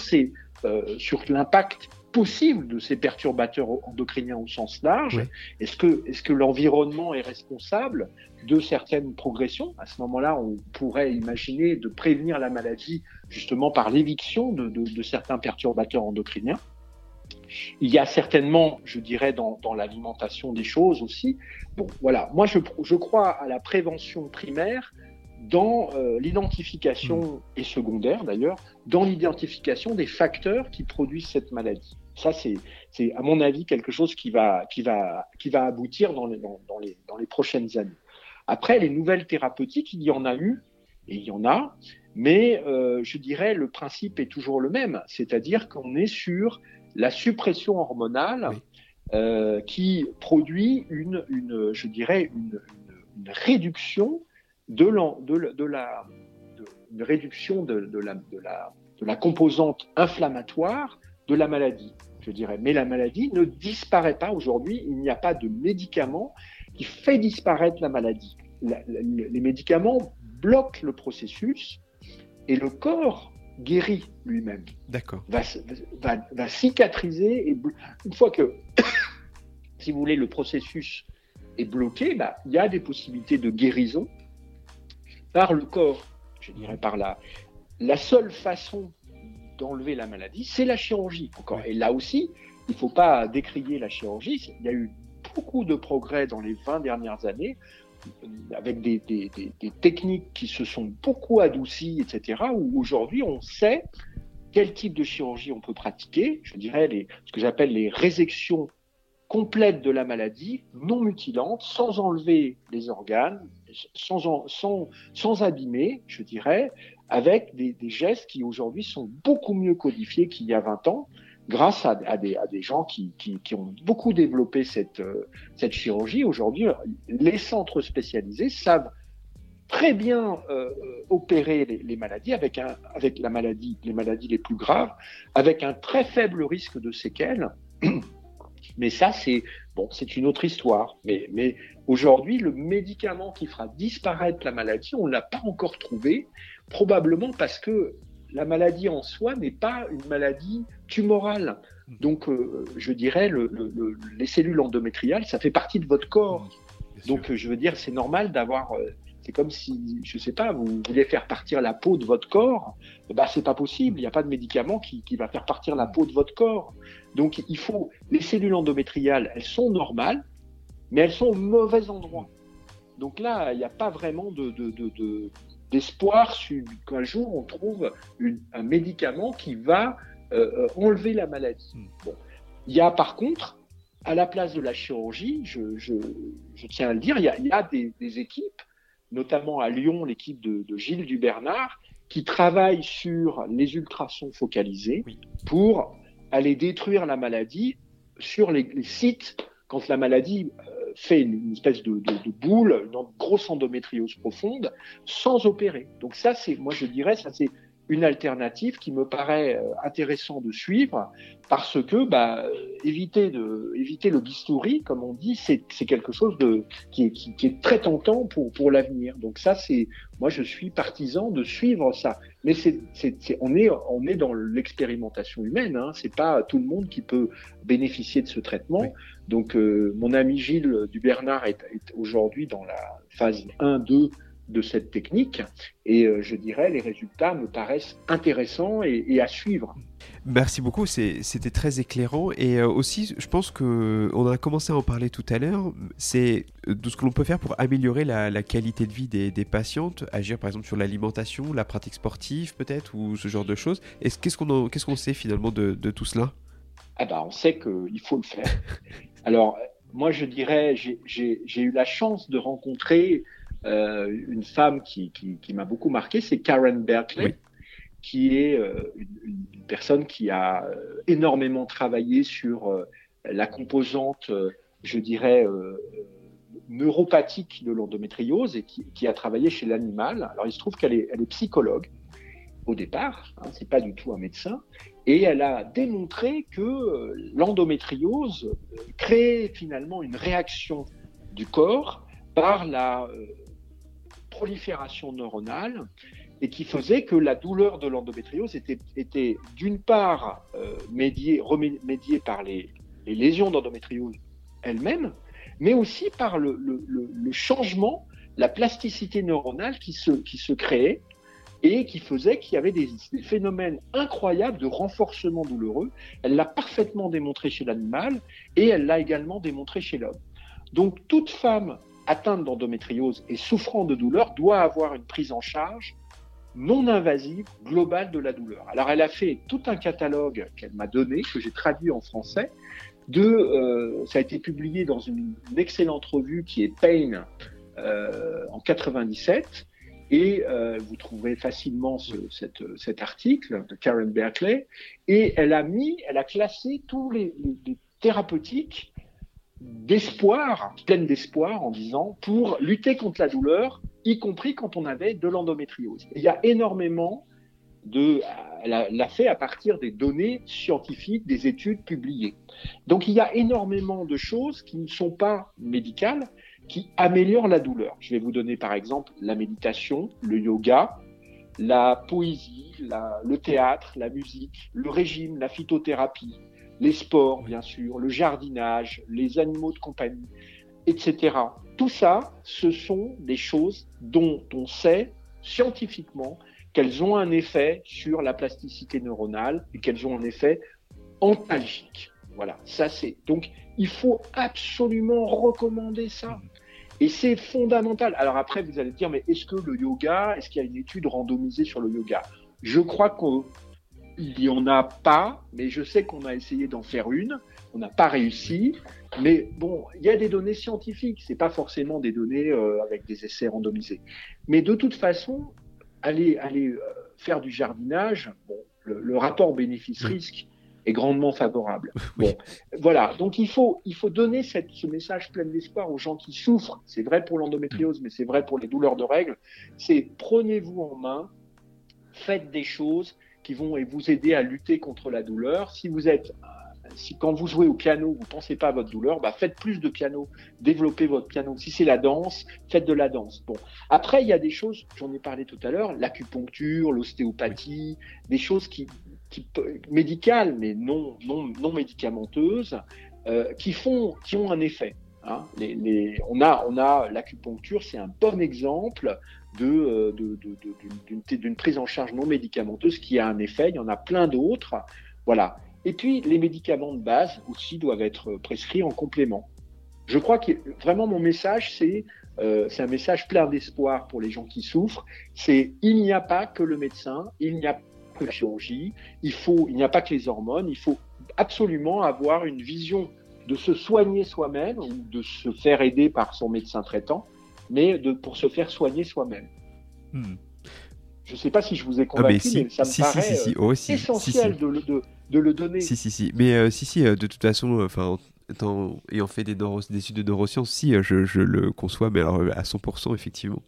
l'impact possible de ces perturbateurs endocriniens au sens large. Oui. Est-ce que l'environnement est responsable de certaines progressions? À ce moment-là, on pourrait imaginer de prévenir la maladie justement par l'éviction de certains perturbateurs endocriniens. Il y a certainement, je dirais, dans l'alimentation des choses aussi. Bon, voilà. Moi, je crois à la prévention primaire dans l'identification, et secondaire d'ailleurs, dans l'identification des facteurs qui produisent cette maladie. Ça, c'est à mon avis quelque chose qui va aboutir dans les prochaines années. Après, les nouvelles thérapeutiques, il y en a eu, et il y en a, mais je dirais le principe est toujours le même, c'est-à-dire qu'on est sur la suppression hormonale qui produit une réduction de la composante inflammatoire de la maladie, je dirais. Mais la maladie ne disparaît pas aujourd'hui. Il n'y a pas de médicament qui fait disparaître la maladie. Les médicaments bloquent le processus et le corps guérit lui-même. D'accord. Va cicatriser et une fois que, si vous voulez, le processus est bloqué, il y a des possibilités de guérison par le corps, je dirais par la seule façon d'enlever la maladie, c'est la chirurgie encore. Et là aussi, il ne faut pas décrier la chirurgie. Il y a eu beaucoup de progrès dans les 20 dernières années avec des techniques qui se sont beaucoup adoucies, etc., où aujourd'hui on sait quel type de chirurgie on peut pratiquer, je dirais ce que j'appelle les résections complètes de la maladie, non mutilantes, sans enlever les organes, sans abîmer, je dirais, avec des gestes qui aujourd'hui sont beaucoup mieux codifiés qu'il y a 20 ans, grâce à des gens qui ont beaucoup développé cette chirurgie. Aujourd'hui, les centres spécialisés savent très bien opérer les maladies, avec les maladies les plus graves, avec un très faible risque de séquelles. Mais ça, c'est une autre histoire. Mais aujourd'hui, le médicament qui fera disparaître la maladie, on ne l'a pas encore trouvé, probablement parce que la maladie en soi n'est pas une maladie tumorale. Donc, je dirais, les cellules endométriales, ça fait partie de votre corps. Donc, je veux dire, c'est normal d'avoir... c'est comme si, je ne sais pas, vous voulez faire partir la peau de votre corps, c'est pas possible. Il n'y a pas de médicament qui va faire partir la peau de votre corps. Donc, les cellules endométriales, elles sont normales, mais elles sont au mauvais endroit. Donc là, il n'y a pas vraiment d'espoir qu'un jour on trouve un médicament qui va enlever la maladie. Bon. Il y a par contre, à la place de la chirurgie, je tiens à le dire, il y a des équipes, notamment à Lyon, l'équipe de Gilles Dubernard, qui travaille sur les ultrasons focalisés pour aller détruire la maladie sur les sites quand la maladie fait une espèce de boule, une grosse endométriose profonde, sans opérer. Donc ça, moi je dirais, ça c'est une alternative qui me paraît intéressant de suivre parce que éviter le bistouri, comme on dit, c'est quelque chose qui est très tentant pour l'avenir. Donc ça, moi je suis partisan de suivre ça. Mais on est dans l'expérimentation humaine, hein. C'est pas tout le monde qui peut bénéficier de ce traitement. Oui. Donc mon ami Gilles Dubernard est aujourd'hui dans la phase 1-2 de cette technique et je dirais les résultats me paraissent intéressants et à suivre. Merci beaucoup, c'était très éclairant et aussi je pense qu'on a commencé à en parler tout à l'heure, c'est de ce que l'on peut faire pour améliorer la qualité de vie des patientes, agir par exemple sur l'alimentation, la pratique sportive peut-être ou ce genre de choses. Qu'est-ce qu'on sait finalement de tout cela ? On sait qu'il faut le faire. Alors moi je dirais, j'ai eu la chance de rencontrer une femme qui m'a beaucoup marqué, c'est Karen Berkeley, qui est une personne qui a énormément travaillé sur la composante, je dirais, neuropathique de l'endométriose et qui a travaillé chez l'animal. Alors il se trouve qu'elle est psychologue au départ, hein, c'est pas du tout un médecin, et elle a démontré que l'endométriose crée finalement une réaction du corps par la prolifération neuronale et qui faisait que la douleur de l'endométriose était d'une part remédiée par les lésions d'endométriose elles-mêmes, mais aussi par le changement, la plasticité neuronale qui se créait et qui faisait qu'il y avait des phénomènes incroyables de renforcement douloureux. Elle l'a parfaitement démontré chez l'animal et elle l'a également démontré chez l'homme. Donc toute femme atteinte d'endométriose et souffrant de douleur doit avoir une prise en charge non invasive, globale de la douleur. Alors elle a fait tout un catalogue qu'elle m'a donné, que j'ai traduit en français, ça a été publié dans une excellente revue qui est Pain en 97, et vous trouverez facilement cet article de Karen Berkeley, et elle a classé tous les thérapeutiques d'espoir, pleine d'espoir en disant pour lutter contre la douleur, y compris quand on avait de l'endométriose. Il y a énormément elle l'a fait à partir des données scientifiques, des études publiées. Donc il y a énormément de choses qui ne sont pas médicales, qui améliorent la douleur. Je vais vous donner par exemple la méditation, le yoga, la poésie, le théâtre, la musique, le régime, la phytothérapie, les sports, bien sûr, le jardinage, les animaux de compagnie, etc. Tout ça, ce sont des choses dont on sait scientifiquement qu'elles ont un effet sur la plasticité neuronale et qu'elles ont un effet antalgique. Voilà, ça c'est. Donc, il faut absolument recommander ça. Et c'est fondamental. Alors après, vous allez dire, mais est-ce qu'il y a une étude randomisée sur le yoga ? Je crois qu'il n'y en a pas, mais je sais qu'on a essayé d'en faire une. On n'a pas réussi. Mais bon, il y a des données scientifiques. C'est pas forcément des données avec des essais randomisés. Mais de toute façon, aller faire du jardinage, bon, le rapport bénéfice-risque est grandement favorable. Bon, voilà. Donc il faut donner ce message plein d'espoir aux gens qui souffrent. C'est vrai pour l'endométriose, mais c'est vrai pour les douleurs de règles. C'est prenez-vous en main, faites des choses qui vont vous aider à lutter contre la douleur. Si quand vous jouez au piano, vous pensez pas à votre douleur, faites plus de piano, développez votre piano. Si c'est la danse, faites de la danse. Bon. Après, il y a des choses, j'en ai parlé tout à l'heure, l'acupuncture, l'ostéopathie, des choses qui médicales, mais non médicamenteuses, qui ont un effet. Hein. On a l'acupuncture, c'est un bon exemple d'une prise en charge non médicamenteuse qui a un effet. Il y en a plein d'autres. Voilà. Et puis, les médicaments de base aussi doivent être prescrits en complément. Je crois que vraiment mon message, c'est un message plein d'espoir pour les gens qui souffrent. C'est il n'y a pas que le médecin, il n'y a pas que la chirurgie, il n'y a pas que les hormones, il faut absolument avoir une vision de se soigner soi-même ou de se faire aider par son médecin traitant, mais pour se faire soigner soi-même. Je ne sais pas si je vous ai convaincu, mais ça me paraît essentiel de le donner. Mais de toute façon, ayant fait des études de neurosciences, je le conçois, mais alors à 100%, effectivement.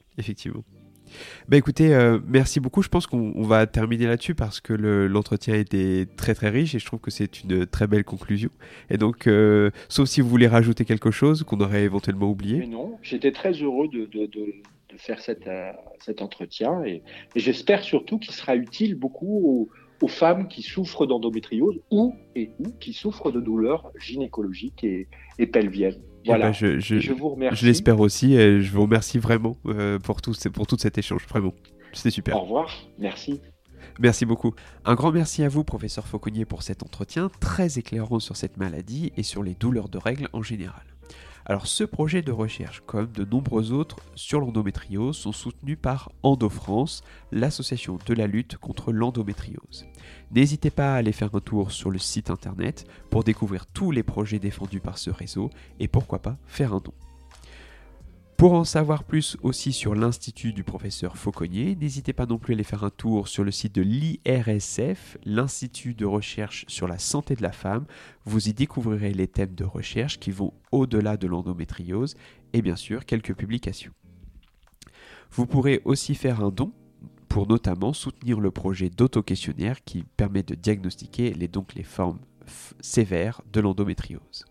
Bah écoutez, merci beaucoup. Je pense qu'on va terminer là-dessus parce que l'entretien était très très riche et je trouve que c'est une très belle conclusion. Et donc, sauf si vous voulez rajouter quelque chose qu'on aurait éventuellement oublié. Mais non, j'étais très heureux de faire cet entretien et j'espère surtout qu'il sera utile beaucoup aux femmes qui souffrent d'endométriose ou qui souffrent de douleurs gynécologiques et pelviennes. Voilà, je vous remercie. Je l'espère aussi et je vous remercie vraiment pour tout cet échange, vraiment. C'était super. Au revoir, merci. Merci beaucoup. Un grand merci à vous, professeur Fauconnier, pour cet entretien très éclairant sur cette maladie et sur les douleurs de règles en général. Alors ce projet de recherche, comme de nombreux autres sur l'endométriose, sont soutenus par EndoFrance, l'association de la lutte contre l'endométriose. N'hésitez pas à aller faire un tour sur le site internet pour découvrir tous les projets défendus par ce réseau et pourquoi pas faire un don. Pour en savoir plus aussi sur l'Institut du professeur Fauconnier, n'hésitez pas non plus à aller faire un tour sur le site de l'IRSF, l'Institut de recherche sur la santé de la femme. Vous y découvrirez les thèmes de recherche qui vont au-delà de l'endométriose et bien sûr quelques publications. Vous pourrez aussi faire un don pour notamment soutenir le projet d'auto-questionnaire qui permet de diagnostiquer les formes sévères de l'endométriose.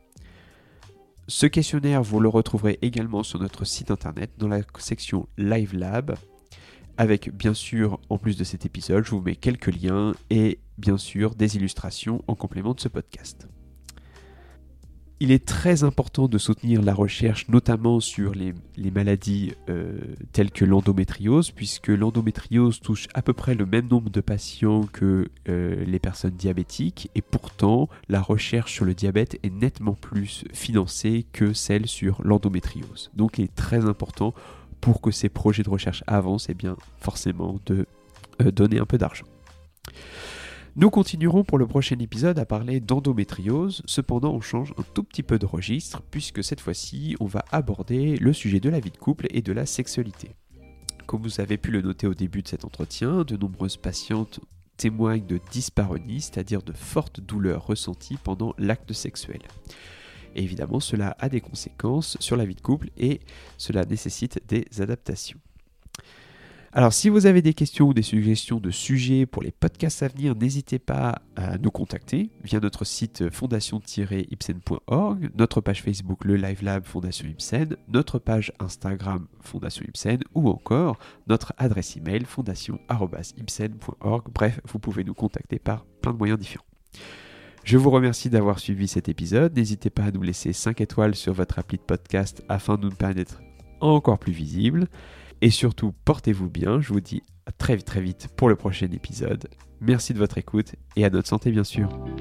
Ce questionnaire, vous le retrouverez également sur notre site internet dans la section Live Lab, avec bien sûr, en plus de cet épisode, je vous mets quelques liens et bien sûr des illustrations en complément de ce podcast. Il est très important de soutenir la recherche, notamment sur les maladies telles que l'endométriose, puisque l'endométriose touche à peu près le même nombre de patients que les personnes diabétiques, et pourtant la recherche sur le diabète est nettement plus financée que celle sur l'endométriose. Donc il est très important pour que ces projets de recherche avancent, et bien forcément de donner un peu d'argent. Nous continuerons pour le prochain épisode à parler d'endométriose, cependant on change un tout petit peu de registre puisque cette fois-ci on va aborder le sujet de la vie de couple et de la sexualité. Comme vous avez pu le noter au début de cet entretien, de nombreuses patientes témoignent de dyspareunie, c'est-à-dire de fortes douleurs ressenties pendant l'acte sexuel. Et évidemment cela a des conséquences sur la vie de couple et cela nécessite des adaptations. Alors si vous avez des questions ou des suggestions de sujets pour les podcasts à venir, n'hésitez pas à nous contacter via notre site fondation-ipsen.org, notre page Facebook Le Live Lab Fondation Ipsen, notre page Instagram Fondation Ipsen ou encore notre adresse email fondation@ipsen.org. Bref, vous pouvez nous contacter par plein de moyens différents. Je vous remercie d'avoir suivi cet épisode. N'hésitez pas à nous laisser 5 étoiles sur votre appli de podcast afin de nous permettre d'être encore plus visibles. Et surtout, portez-vous bien. Je vous dis à très vite pour le prochain épisode. Merci de votre écoute et à notre santé bien sûr.